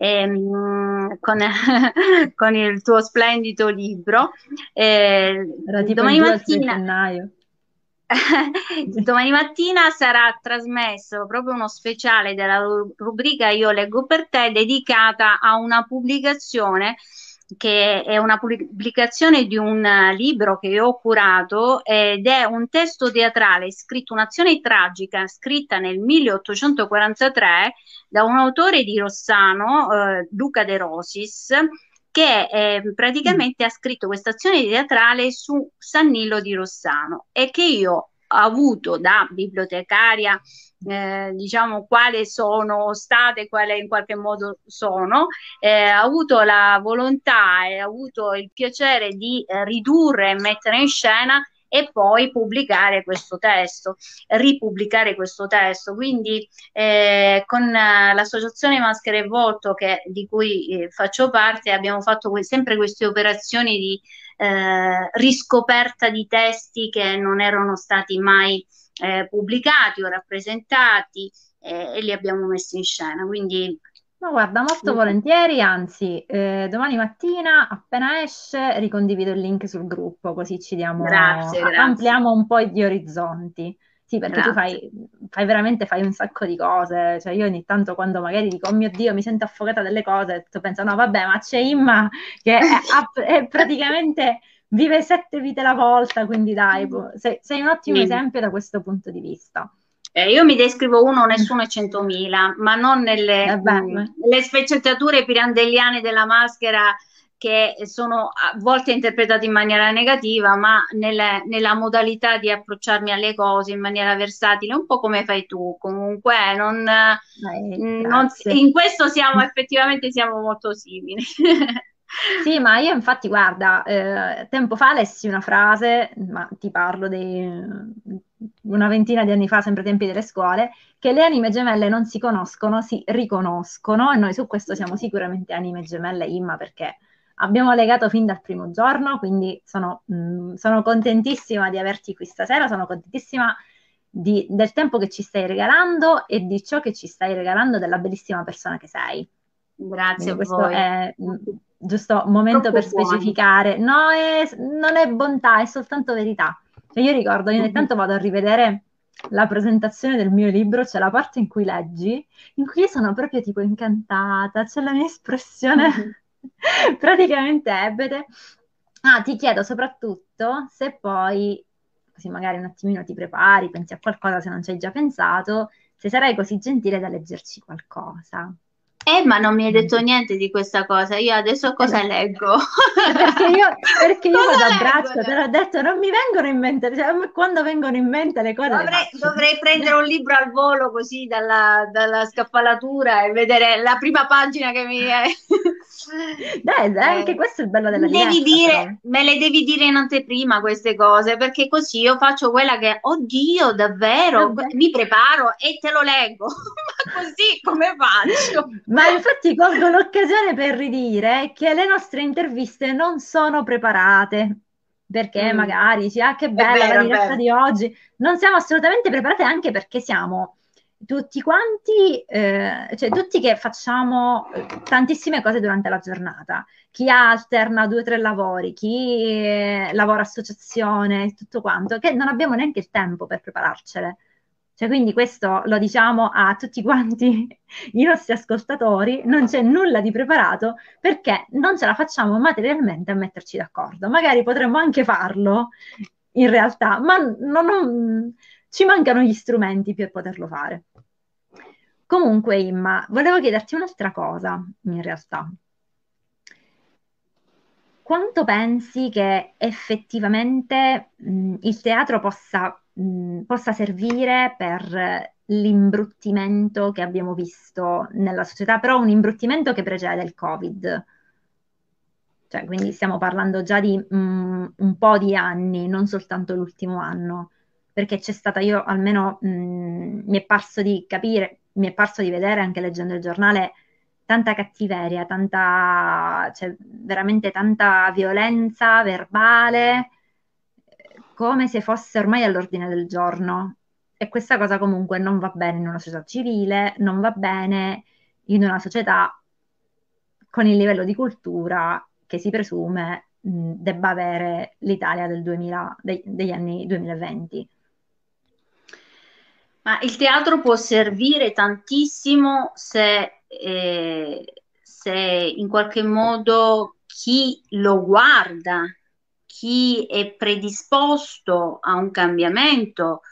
con il tuo splendido libro, domani mattina domani mattina sarà trasmesso proprio uno speciale della rubrica Io leggo per te, dedicata a una pubblicazione che è una pubblicazione di un libro che io ho curato, ed è un testo teatrale scritto, un'azione tragica scritta nel 1843 da un autore di Rossano, Luca De Rosis, che praticamente ha scritto questa azione teatrale su San Nillo di Rossano, e che io ho avuto da bibliotecaria, diciamo, quale sono state, quale in qualche modo sono, ho avuto la volontà e ho avuto il piacere di ridurre e mettere in scena e poi pubblicare questo testo, ripubblicare questo testo. Quindi con l'associazione Maschere e Volto, di cui faccio parte, abbiamo fatto sempre queste operazioni di riscoperta di testi che non erano stati mai pubblicati o rappresentati, e li abbiamo messi in scena. Quindi
no, guarda, molto volentieri, anzi, domani mattina appena esce ricondivido il link sul gruppo, così ci diamo, ampliamo un po' di orizzonti. Sì, perché tu fai veramente un sacco di cose. Cioè, io ogni tanto, quando magari dico, oh mio Dio, mi sento affogata dalle cose, tu pensi, no, vabbè, ma c'è Imma che è praticamente vive 7 vite alla volta, quindi dai, sei un ottimo esempio da questo punto di vista.
Io mi descrivo uno, nessuno e 100.000, ma non nelle sfaccettature pirandelliane della maschera, che sono a volte interpretate in maniera negativa, ma nella modalità di approcciarmi alle cose in maniera versatile, un po' come fai tu. Comunque, in questo effettivamente siamo molto simili.
Sì, ma io infatti, guarda, tempo fa lessi una frase, ma ti parlo di una ventina di anni fa, sempre ai tempi delle scuole, che le anime gemelle non si conoscono, si riconoscono, e noi su questo siamo sicuramente anime gemelle, Imma, perché abbiamo legato fin dal primo giorno, quindi sono contentissima di averti qui stasera, sono contentissima del tempo che ci stai regalando e di ciò che ci stai regalando, della bellissima persona che sei.
Grazie
Quindi
a
questo
voi.
è giusto momento
Troppo
per
buoni.
specificare. No, non è bontà, è soltanto verità. Cioè, io ricordo, io ogni tanto vado a rivedere la presentazione del mio libro, c'è la parte in cui leggi, in cui io sono proprio tipo incantata, c'è la mia espressione praticamente ebete. Ah, ti chiedo soprattutto se poi, così magari un attimino ti prepari, pensi a qualcosa se non ci hai già pensato, se sarai così gentile da leggerci qualcosa.
Ma non mi hai detto niente di questa cosa. Io adesso cosa leggo?
Perché io vado a
Cosa
braccio,
leggo?
te l'ho detto, non mi vengono in mente, cioè, quando vengono in mente le cose le faccio.
Dovrei prendere un libro al volo così dalla scaffalatura e vedere la prima pagina che mi è.
Dai, anche questo è il bello della
Mi devi
diretta, però.
dire, me le devi dire in anteprima queste cose, perché così io faccio quella che, oddio, davvero,
Vabbè.
mi preparo e te lo leggo. Ma così come faccio?
Ma infatti colgo l'occasione per ridire che le nostre interviste non sono preparate, perché
Mm,
magari dici, ah che
è
bella la
vero, è
diretta
vero.
di oggi. Non siamo assolutamente preparate anche perché siamo tutti quanti, cioè tutti che facciamo tantissime cose durante la giornata. Chi alterna 2 o 3 lavori, chi lavora associazione, tutto quanto, che non abbiamo neanche il tempo per prepararcele. Cioè, quindi questo lo diciamo a tutti quanti i nostri ascoltatori, non c'è nulla di preparato perché non ce la facciamo materialmente a metterci d'accordo. Magari potremmo anche farlo in realtà, ma ci mancano gli strumenti per poterlo fare. Comunque, Imma, volevo chiederti un'altra cosa, in realtà. Quanto pensi che effettivamente il teatro possa servire per l'imbruttimento che abbiamo visto nella società, però un imbruttimento che precede il Covid? Cioè, quindi stiamo parlando già di un po' di anni, non soltanto l'ultimo anno, perché c'è stata, io almeno mi è parso di capire, mi è parso di vedere anche leggendo il giornale tanta cattiveria, cioè veramente tanta violenza verbale, come se fosse ormai all'ordine del giorno. E questa cosa comunque non va bene in una società civile, non va bene in una società con il livello di cultura che si presume debba avere l'Italia degli anni 2020.
Ma il teatro può servire tantissimo se in qualche modo chi lo guarda, chi è predisposto a un cambiamento,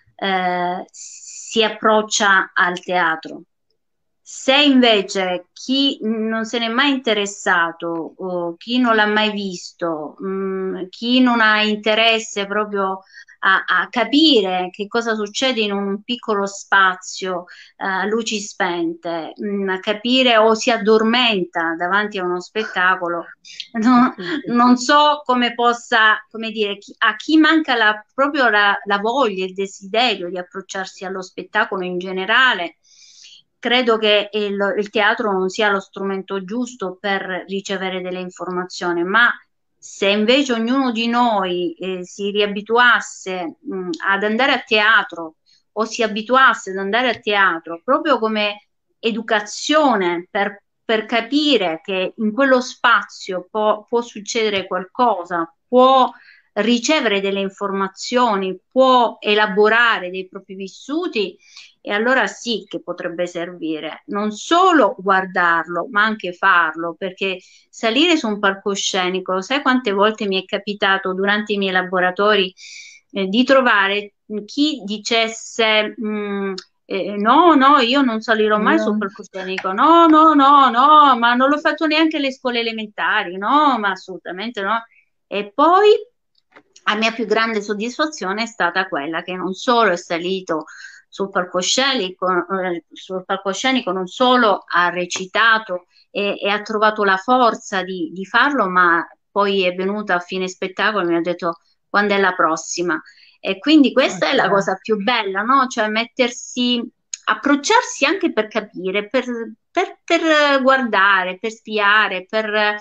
si approccia al teatro. Se invece chi non se n'è mai interessato, o chi non l'ha mai visto, chi non ha interesse proprio a capire che cosa succede in un piccolo spazio, luci spente, a capire o si addormenta davanti a uno spettacolo, non so come possa, come dire, a chi manca proprio la voglia, il desiderio di approcciarsi allo spettacolo in generale. Credo che il teatro non sia lo strumento giusto per ricevere delle informazioni, ma se invece ognuno di noi si riabituasse ad andare a teatro o si abituasse ad andare a teatro proprio come educazione per capire che in quello spazio può succedere qualcosa, può ricevere delle informazioni, può elaborare dei propri vissuti, e allora sì che potrebbe servire non solo guardarlo, ma anche farlo, perché salire su un palcoscenico, sai quante volte mi è capitato durante i miei laboratori di trovare chi dicesse no, no, io non salirò mai sul palcoscenico, no, no, no, no, ma non l'ho fatto neanche alle scuole elementari, no, ma assolutamente no. E poi la mia più grande soddisfazione è stata quella che non solo è salito sul palcoscenico, non solo ha recitato e ha trovato la forza di farlo, ma poi è venuta a fine spettacolo e mi ha detto quando è la prossima. E quindi questa è la cosa più bella, no? Cioè approcciarsi anche per capire, per guardare, per spiare,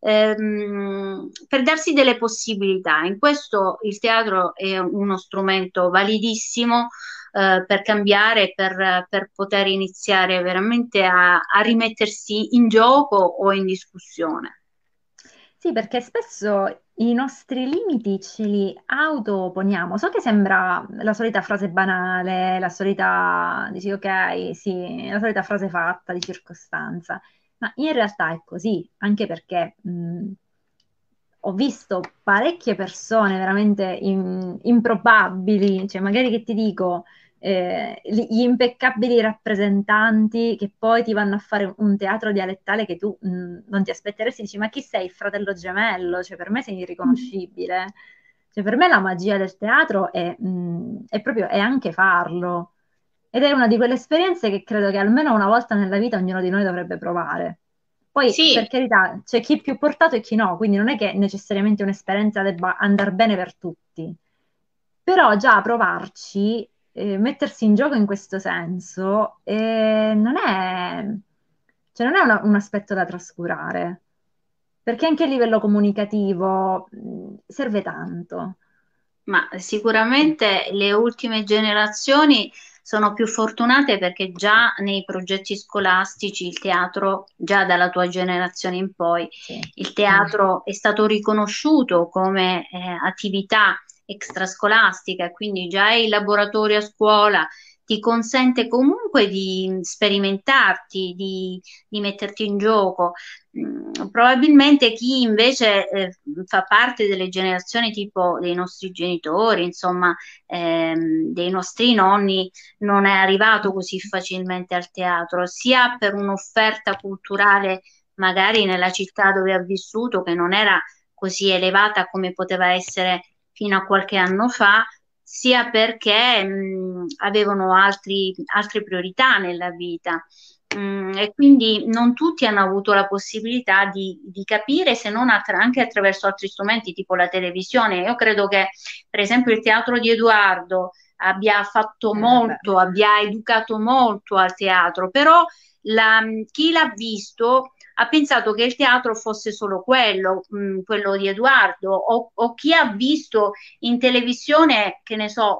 per darsi delle possibilità. In questo il teatro è uno strumento validissimo per cambiare, per poter iniziare veramente a rimettersi in gioco o in discussione.
Sì, perché spesso i nostri limiti ce li autoponiamo. So che sembra la solita frase banale, la solita, dici ok, sì, la solita frase fatta di circostanza, ma in realtà è così, anche perché ho visto parecchie persone veramente improbabili, cioè magari che ti dico, gli impeccabili rappresentanti che poi ti vanno a fare un teatro dialettale che tu non ti aspetteresti, dici ma chi sei, il fratello gemello? Cioè per me sei irriconoscibile. Cioè per me la magia del teatro è proprio, è anche farlo. Ed è una di quelle esperienze che credo che almeno una volta nella vita ognuno di noi dovrebbe provare. Poi,
Sì,
per carità, c'è chi è più portato e chi no, quindi non è che necessariamente un'esperienza debba andare bene per tutti. Però già provarci, mettersi in gioco in questo senso, non è un aspetto da trascurare, perché anche a livello comunicativo, serve tanto.
ma sicuramente le ultime generazioni sono più fortunate perché già nei progetti scolastici il teatro, già dalla tua generazione in poi,
Sì.
il teatro è stato riconosciuto come attività extrascolastica, quindi già il laboratorio a scuola ti consente comunque di sperimentarti, di metterti in gioco. Probabilmente chi invece fa parte delle generazioni tipo dei nostri genitori, insomma, dei nostri nonni, non è arrivato così facilmente al teatro, sia per un'offerta culturale magari nella città dove ha vissuto, che non era così elevata come poteva essere fino a qualche anno fa, sia perché avevano altre priorità nella vita. E quindi non tutti hanno avuto la possibilità di capire, se non anche attraverso altri strumenti tipo la televisione. Io credo che, per esempio, il teatro di Edoardo abbia fatto
Beh.
molto, abbia educato molto al teatro, però chi l'ha visto ha pensato che il teatro fosse solo quello, quello di Edoardo, o chi ha visto in televisione, che ne so,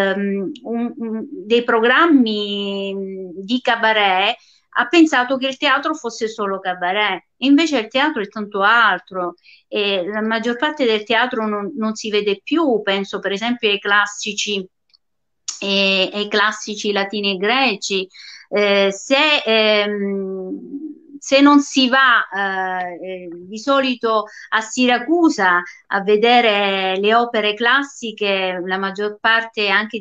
dei programmi di cabaret, ha pensato che il teatro fosse solo cabaret. Invece il teatro è tanto altro e la maggior parte del teatro non si vede più, penso per esempio ai classici latini e greci. Se non si va di solito a Siracusa a vedere le opere classiche, la maggior parte anche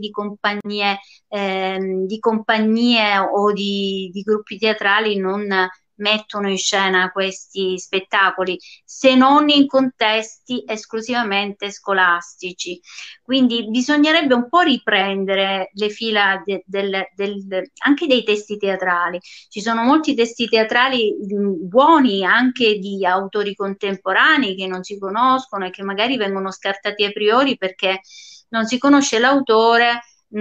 di compagnie o di gruppi teatrali non mettono in scena questi spettacoli, se non in contesti esclusivamente scolastici. Quindi bisognerebbe un po' riprendere le fila anche dei testi teatrali. Ci sono molti testi teatrali buoni anche di autori contemporanei che non si conoscono e che magari vengono scartati a priori perché non si conosce l'autore,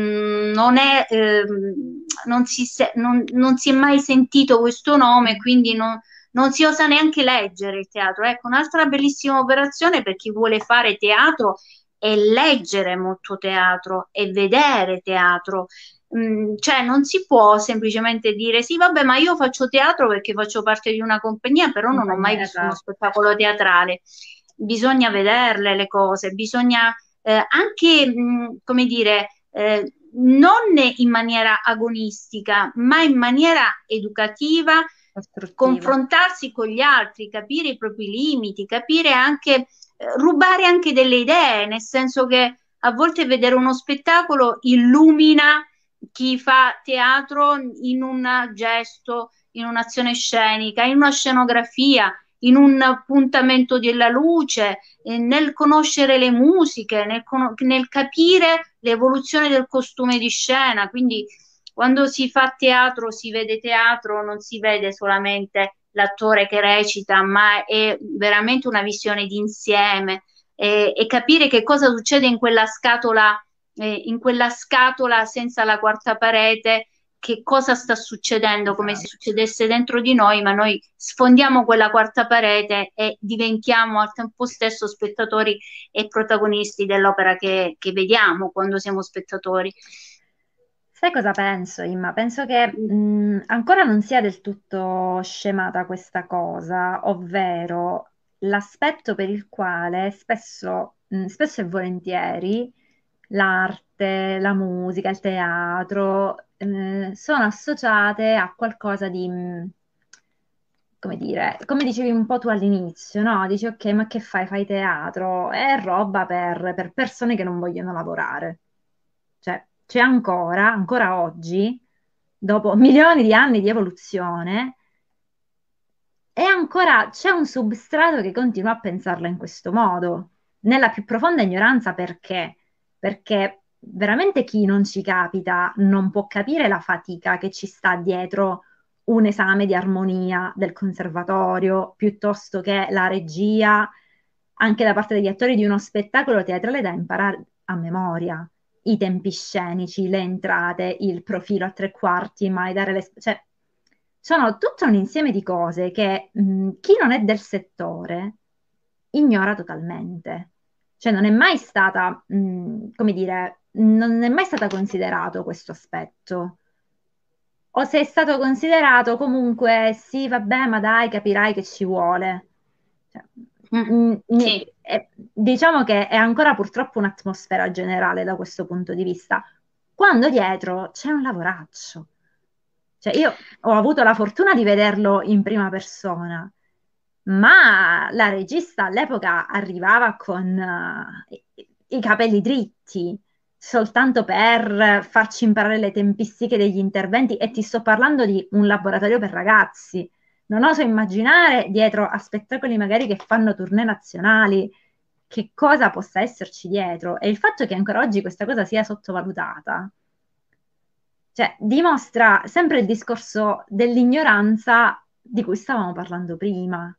non si è mai sentito questo nome, quindi non si osa neanche leggere il teatro. Ecco, un'altra bellissima operazione per chi vuole fare teatro è leggere molto teatro e vedere teatro. Cioè non si può semplicemente dire sì, vabbè, ma io faccio teatro perché faccio parte di una compagnia, però non ho mai visto uno
Esatto.
spettacolo teatrale. Bisogna vederle le cose, bisogna anche, come dire, non in maniera agonistica, ma in maniera educativa,
Costruttiva.
confrontarsi con gli altri, capire i propri limiti, capire anche, rubare anche delle idee, nel senso che a volte vedere uno spettacolo illumina chi fa teatro in un gesto, in un'azione scenica, in una scenografia, in un appuntamento della luce, nel conoscere le musiche, nel capire l'evoluzione del costume di scena. Quindi quando si fa teatro, si vede teatro, non si vede solamente l'attore che recita, ma è veramente una visione d'insieme e capire che cosa succede in quella scatola senza la quarta parete che cosa sta succedendo, come se
Esatto.
succedesse dentro di noi, ma noi sfondiamo quella quarta parete e diventiamo al tempo stesso spettatori e protagonisti dell'opera che vediamo quando siamo spettatori.
Sai cosa penso, Imma? Penso che ancora non sia del tutto scemata questa cosa, ovvero l'aspetto per il quale spesso e volentieri l'arte, la musica, il teatro sono associate a qualcosa di, come dire, come dicevi un po' tu all'inizio, no? Dici ok, ma che fai? Fai teatro? È roba per persone che non vogliono lavorare. Cioè, c'è ancora oggi, dopo milioni di anni di evoluzione, e ancora c'è un substrato che continua a pensarla in questo modo, nella più profonda ignoranza perché? Perché veramente chi non ci capita non può capire la fatica che ci sta dietro un esame di armonia del conservatorio, piuttosto che la regia, anche da parte degli attori di uno spettacolo teatrale da imparare a memoria. I tempi scenici, le entrate, il profilo a tre quarti, mai dare le... Cioè, sono tutto un insieme di cose che chi non è del settore ignora totalmente. Cioè non è mai stata, come dire, non è mai stato considerato questo aspetto. O se è stato considerato comunque sì, vabbè, ma dai, capirai che ci vuole. Cioè,
Sì.
diciamo che è ancora purtroppo un'atmosfera generale da questo punto di vista, quando dietro c'è un lavoraccio. Cioè, io ho avuto la fortuna di vederlo in prima persona, ma la regista all'epoca arrivava con i capelli dritti, soltanto per farci imparare le tempistiche degli interventi, e ti sto parlando di un laboratorio per ragazzi. Non oso immaginare dietro a spettacoli magari che fanno tournée nazionali che cosa possa esserci dietro, e il fatto che ancora oggi questa cosa sia sottovalutata, cioè, dimostra sempre il discorso dell'ignoranza di cui stavamo parlando prima.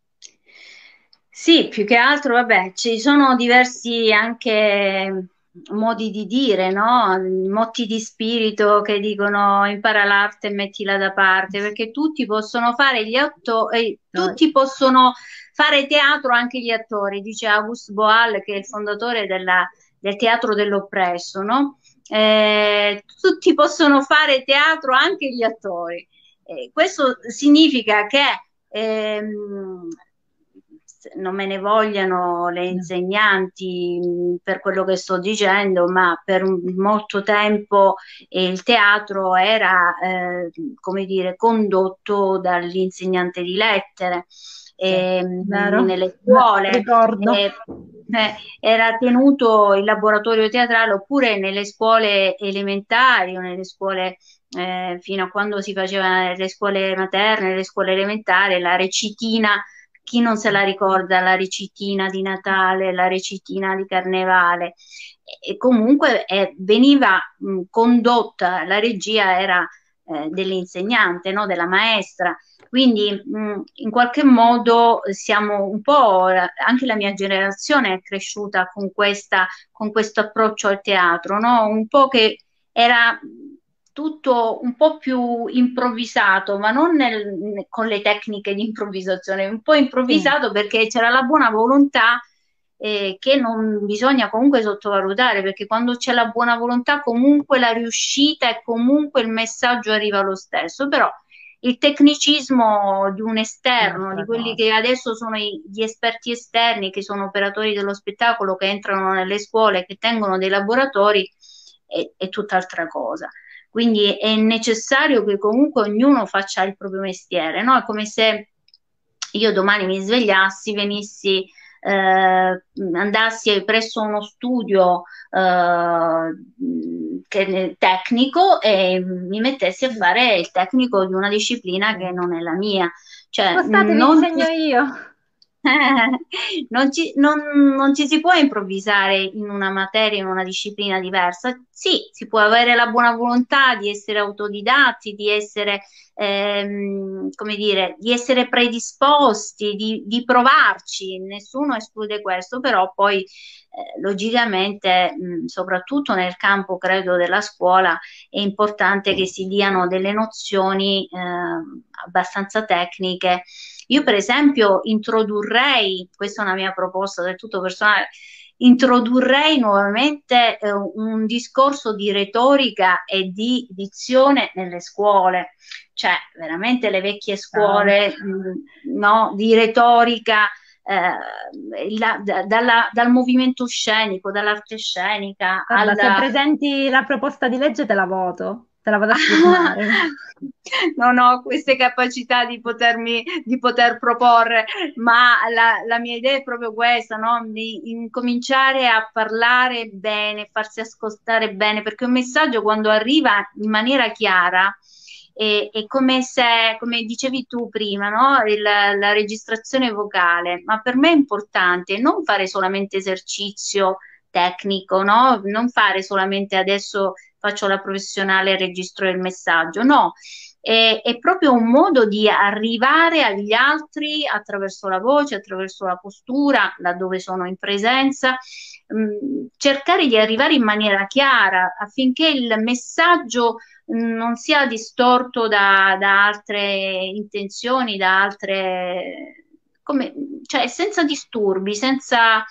Sì, più che altro, vabbè, ci sono diversi anche modi di dire, no? Motti di spirito che dicono impara l'arte e mettila da parte, perché tutti possono fare gli attori, tutti possono fare teatro, anche gli attori, dice Auguste Boal, che è il fondatore del teatro dell'oppresso, no? Tutti possono fare teatro, anche gli attori. Questo significa che non me ne vogliano le insegnanti per quello che sto dicendo, ma per molto tempo il teatro era, come dire, condotto dall'insegnante di lettere.
Vero?
Nelle scuole
Ricordo.
era tenuto il laboratorio teatrale, oppure nelle scuole elementari o nelle scuole fino a quando si faceva le scuole materne, le scuole elementari, la recitina. Chi non se la ricorda, la recitina di Natale, la recitina di Carnevale? E comunque veniva condotta, la regia era dell'insegnante, no? Della maestra. Quindi in qualche modo siamo un po', anche la mia generazione è cresciuta con questo approccio al teatro, no? Un po' che era tutto un po' più improvvisato, ma non con le tecniche di improvvisazione, un po' improvvisato sì, perché c'era la buona volontà che non bisogna comunque sottovalutare, perché quando c'è la buona volontà comunque la riuscita e comunque il messaggio arriva lo stesso, però il tecnicismo di un esterno, di quelli che adesso sono gli esperti esterni, che sono operatori dello spettacolo, che entrano nelle scuole, che tengono dei laboratori, è tutt'altra cosa. Quindi è necessario che comunque ognuno faccia il proprio mestiere, no? È come se io domani mi svegliassi, venissi, andassi presso uno studio tecnico e mi mettessi a fare il tecnico di una disciplina che non è la mia. Cioè,
Spostatevi, disegno io.
non ci si può improvvisare in una materia, in una disciplina diversa. Sì, si può avere la buona volontà di essere autodidatti, di essere come dire, di essere predisposti, di provarci, nessuno esclude questo, però poi logicamente, soprattutto nel campo, credo, della scuola, è importante che si diano delle nozioni abbastanza tecniche. Io, per esempio, introdurrei, questa è una mia proposta del tutto personale, introdurrei nuovamente un discorso di retorica e di dizione nelle scuole, cioè veramente le vecchie scuole, no, di retorica, dal movimento scenico, dall'arte scenica.
Guarda, se presenti la proposta di legge te la voto a firmare.
Non ho queste capacità di poter proporre, ma la mia idea è proprio questa, no? Di incominciare a parlare bene, farsi ascoltare bene, perché un messaggio, quando arriva in maniera chiara, è come se, come dicevi tu prima, no? La registrazione vocale, ma per me è importante non fare solamente esercizio tecnico, no? Non fare solamente adesso faccio la professionale e registro il messaggio, no, è proprio un modo di arrivare agli altri attraverso la voce, attraverso la postura, laddove sono in presenza, cercare di arrivare in maniera chiara affinché il messaggio non sia distorto da altre intenzioni, da altre, cioè senza disturbi, senza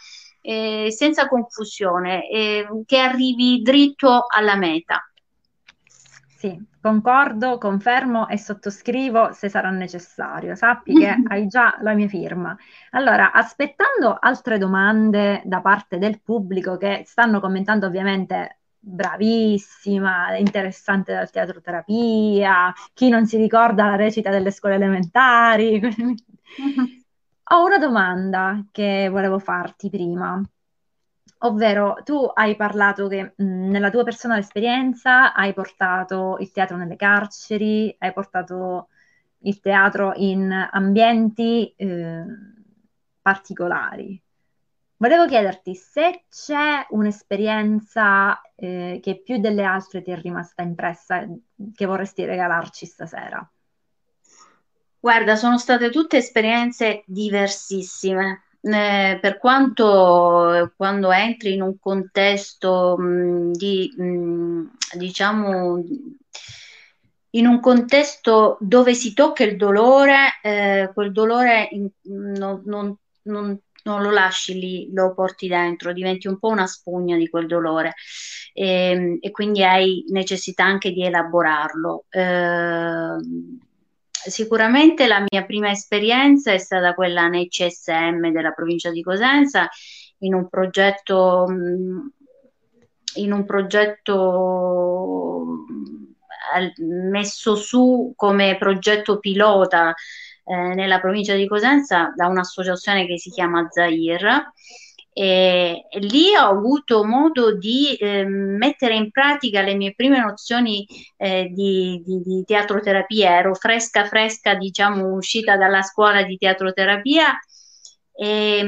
confusione, che arrivi dritto alla meta.
Sì, concordo, confermo e sottoscrivo se sarà necessario. Sappi che hai già la mia firma. Allora, aspettando altre domande da parte del pubblico che stanno commentando, ovviamente, bravissima, interessante dal teatroterapia, chi non si ricorda la recita delle scuole elementari. Ho una domanda che volevo farti prima. Ovvero, tu hai parlato che nella tua personale esperienza hai portato il teatro nelle carceri, hai portato il teatro in ambienti particolari. Volevo chiederti se c'è un'esperienza che più delle altre ti è rimasta impressa, che vorresti regalarci stasera.
Guarda, sono state tutte esperienze diversissime. Per quanto quando entri in un contesto diciamo, in un contesto dove si tocca il dolore, quel dolore non lo lasci lì, lo porti dentro, diventi un po' una spugna di quel dolore e quindi hai necessità anche di elaborarlo. Sicuramente la mia prima esperienza è stata quella nei CSM della provincia di Cosenza, in un progetto messo su come progetto pilota nella provincia di Cosenza da un'associazione che si chiama Zair. E lì ho avuto modo di mettere in pratica le mie prime nozioni di teatroterapia. Ero fresca, diciamo, uscita dalla scuola di teatroterapia e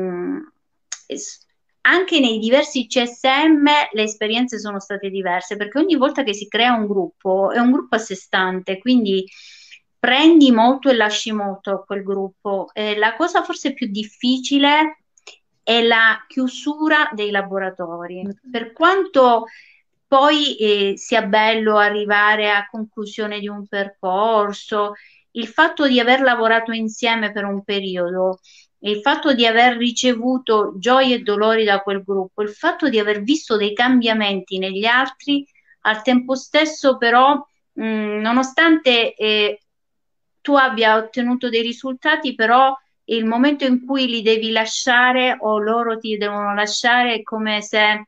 anche nei diversi CSM le esperienze sono state diverse, perché ogni volta che si crea un gruppo è un gruppo a sé stante, quindi prendi molto e lasci molto a quel gruppo. La cosa forse più difficile è la chiusura dei laboratori. Per quanto poi sia bello arrivare a conclusione di un percorso, il fatto di aver lavorato insieme per un periodo, il fatto di aver ricevuto gioie e dolori da quel gruppo, il fatto di aver visto dei cambiamenti negli altri, al tempo stesso però, nonostante tu abbia ottenuto dei risultati, però il momento in cui li devi lasciare o loro ti devono lasciare è come se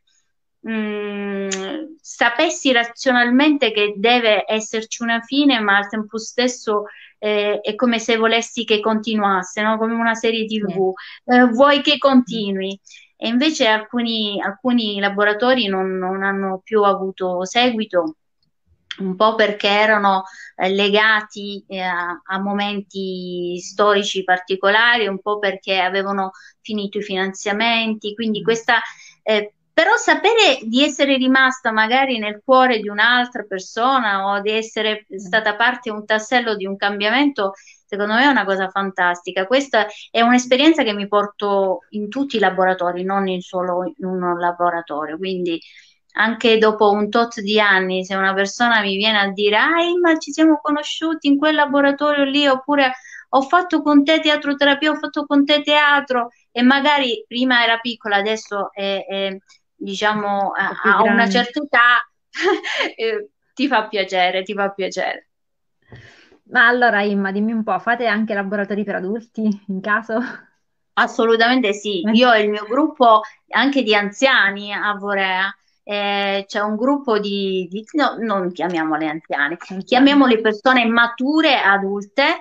sapessi razionalmente che deve esserci una fine, ma al tempo stesso è come se volessi che continuasse, no? Come una serie TV. Vuoi che continui. E invece alcuni laboratori non hanno più avuto seguito, un po' perché erano legati a momenti storici particolari, un po' perché avevano finito i finanziamenti, quindi questa Però sapere di essere rimasta magari nel cuore di un'altra persona o di essere stata parte un tassello di un cambiamento, secondo me è una cosa fantastica. Questa è un'esperienza che mi porto in tutti i laboratori, non in solo in un laboratorio. Quindi anche dopo un tot di anni, se una persona mi viene a dire, ma ci siamo conosciuti in quel laboratorio lì, oppure ho fatto con te teatroterapia, ho fatto con te teatro, e magari prima era piccola, adesso diciamo, a una certa età, ti fa piacere, ti fa piacere.
Ma allora, Imma, dimmi un po', fate anche laboratori per adulti in caso?
Assolutamente sì, io e il mio gruppo anche di anziani a Vorea, c'è un gruppo no, non chiamiamole anziane, chiamiamole persone mature, adulte,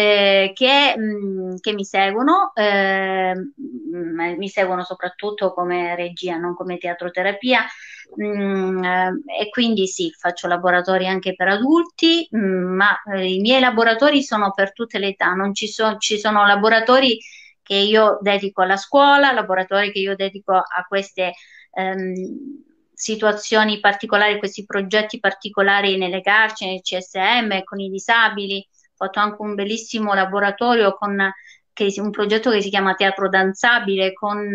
che mi seguono soprattutto come regia, non come teatroterapia. E quindi sì, faccio laboratori anche per adulti, ma i miei laboratori sono per tutte le età, non ci sono laboratori che io dedico alla scuola, laboratori che io dedico a queste situazioni particolari, questi progetti particolari nelle carceri, nel CSM, con i disabili. Ho fatto anche un bellissimo laboratorio un progetto che si chiama Teatro Danzabile,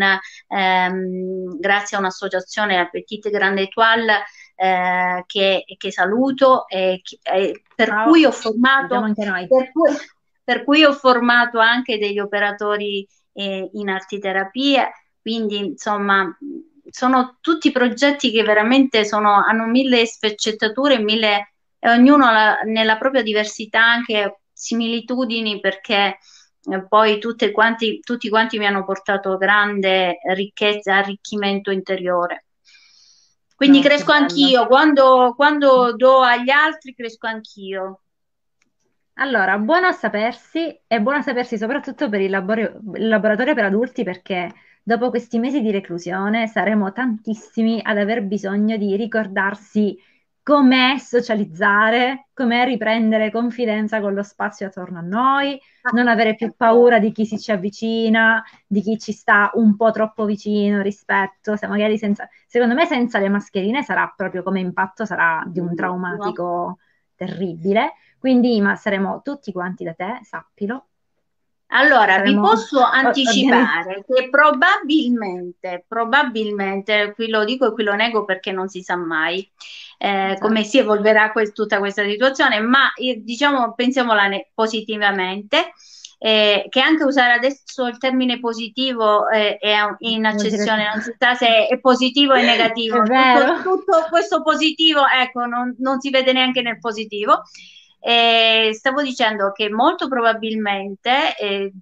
grazie a un'associazione, la Petite Grande Étoile, che saluto, per cui ho formato,
anche noi.
per cui ho formato anche degli operatori in artiterapia, quindi insomma sono tutti progetti che veramente hanno mille sfaccettature, e ognuno nella propria diversità, anche similitudini, perché poi tutti quanti mi hanno portato grande ricchezza, arricchimento interiore. Quindi cresco anch'io, quando do agli altri cresco anch'io.
Allora, buono a sapersi, e buono a sapersi soprattutto per il laboratorio per adulti, perché dopo questi mesi di reclusione saremo tantissimi ad aver bisogno di ricordarsi com'è socializzare, com'è riprendere confidenza con lo spazio attorno a noi, non avere più paura di chi si ci avvicina, di chi ci sta un po' troppo vicino rispetto, se magari secondo me senza le mascherine sarà proprio come impatto, sarà di un traumatico terribile. Quindi, ma saremo tutti quanti da te, sappilo.
Allora, vi posso anticipare che probabilmente, qui lo dico e qui lo nego perché non si sa mai come si evolverà tutta questa situazione, ma diciamo, pensiamola positivamente. Che anche usare adesso il termine positivo è in accezione, non si sa se è positivo o è negativo. Tutto questo positivo, ecco, non si vede neanche nel positivo. Stavo dicendo che molto probabilmente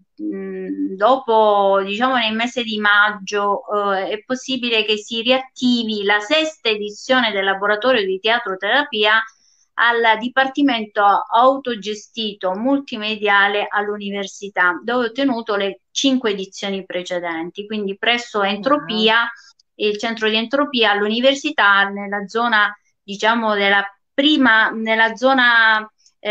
dopo, diciamo, nel mese di maggio è possibile che si riattivi la 6ª edizione del laboratorio di teatroterapia al Dipartimento Autogestito Multimediale all'Università, dove ho tenuto le 5 edizioni precedenti, quindi presso Entropia, il centro di Entropia all'Università, nella zona, diciamo, nella zona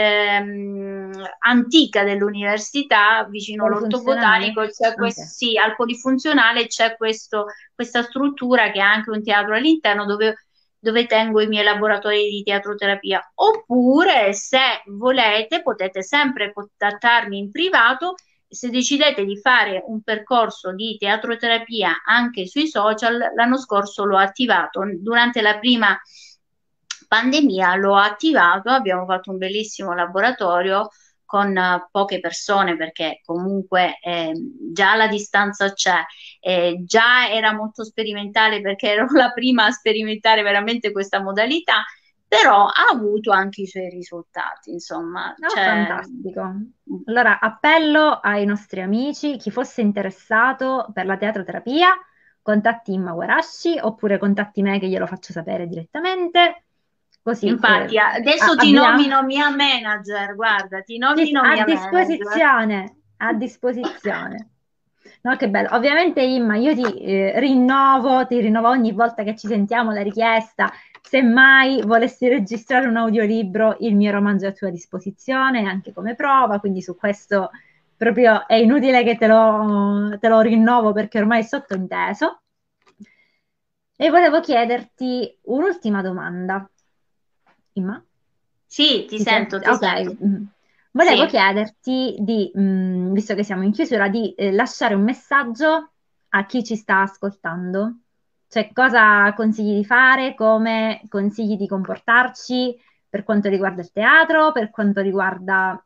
antica dell'università, vicino all'Orto Botanico, sì, al polifunzionale c'è questa struttura che ha anche un teatro all'interno dove tengo i miei laboratori di teatroterapia. Oppure, se volete, potete sempre contattarmi in privato. Se decidete di fare un percorso di teatroterapia anche sui social, l'anno scorso l'ho attivato durante la prima pandemia, l'ho attivato, abbiamo fatto un bellissimo laboratorio con poche persone, perché comunque già la distanza c'è, già era molto sperimentale perché ero la prima a sperimentare veramente questa modalità, però ha avuto anche i suoi risultati, insomma.
Fantastico. Allora, appello ai nostri amici, chi fosse interessato per la teatroterapia, contatti Imma Guarasci oppure contatti me che glielo faccio sapere direttamente. Così,
infatti, adesso ti nomino mia manager, guarda, ti nomino mia
manager. A disposizione. No, che bello. Ovviamente, Imma, io ti rinnovo ogni volta che ci sentiamo la richiesta. Se mai volessi registrare un audiolibro, il mio romanzo è a tua disposizione, anche come prova, quindi su questo proprio è inutile che te lo rinnovo perché ormai è sottointeso. E volevo chiederti un'ultima domanda. Imma?
Sì, ti
Ti
sento,
senti?
ti
Ok.
sento.
Volevo
Sì.
chiederti di, visto che siamo in chiusura, di lasciare un messaggio a chi ci sta ascoltando. Cioè, cosa consigli di fare, come consigli di comportarci per quanto riguarda il teatro, per quanto riguarda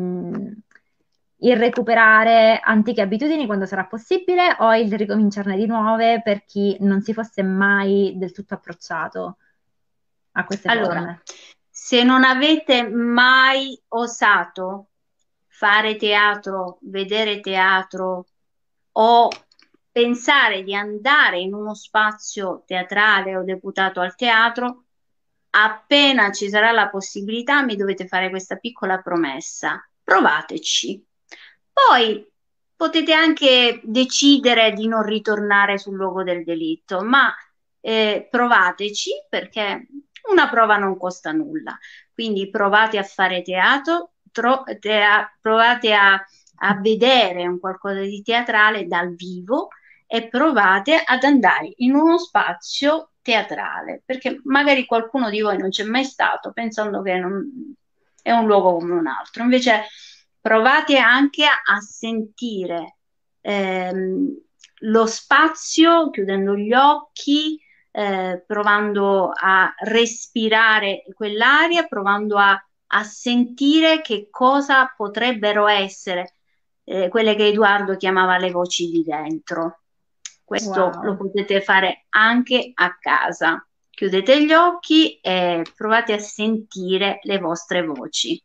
il recuperare antiche abitudini quando sarà possibile o il ricominciarne di nuove per chi non si fosse mai del tutto approcciato a queste
Allora,
forme.
se non avete mai osato fare teatro, vedere teatro o pensare di andare in uno spazio teatrale o deputato al teatro, appena ci sarà la possibilità, mi dovete fare questa piccola promessa. Provateci. Poi potete anche decidere di non ritornare sul luogo del delitto, ma provateci perché una prova non costa nulla. Quindi provate a fare teatro, provate a vedere un qualcosa di teatrale dal vivo e provate ad andare in uno spazio teatrale, perché magari qualcuno di voi non c'è mai stato pensando che è un luogo come un altro. Invece provate anche a sentire ehm, lo spazio chiudendo gli occhi, provando a respirare quell'aria, provando a sentire che cosa potrebbero essere quelle che Edoardo chiamava le voci di dentro. Questo lo
Wow.
potete fare anche a casa. Chiudete gli occhi e provate a sentire le vostre voci.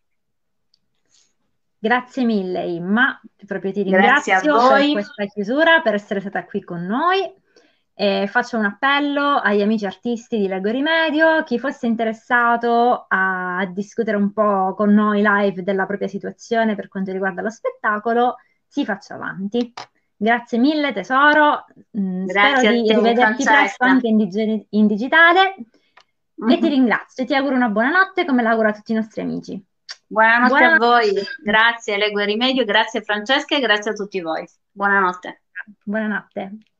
Grazie mille, Imma, proprio ti
Grazie a
ringrazio per
voi.
questa chiusura, per essere stata qui con noi. E faccio un appello agli amici artisti di Lego Rimedio, chi fosse interessato a discutere un po' con noi live della propria situazione per quanto riguarda lo spettacolo, si faccia avanti. Grazie mille, tesoro. Spero
Grazie a
di
te,
rivederti presto
Francesca.
anche in digitale e ti ringrazio. Ti auguro una buona notte come l'auguro a tutti i nostri amici.
Buonanotte a
Buonanotte.
voi. Grazie, Leggo e Rimedio, grazie Francesca e grazie a tutti voi. Buonanotte.
Buonanotte.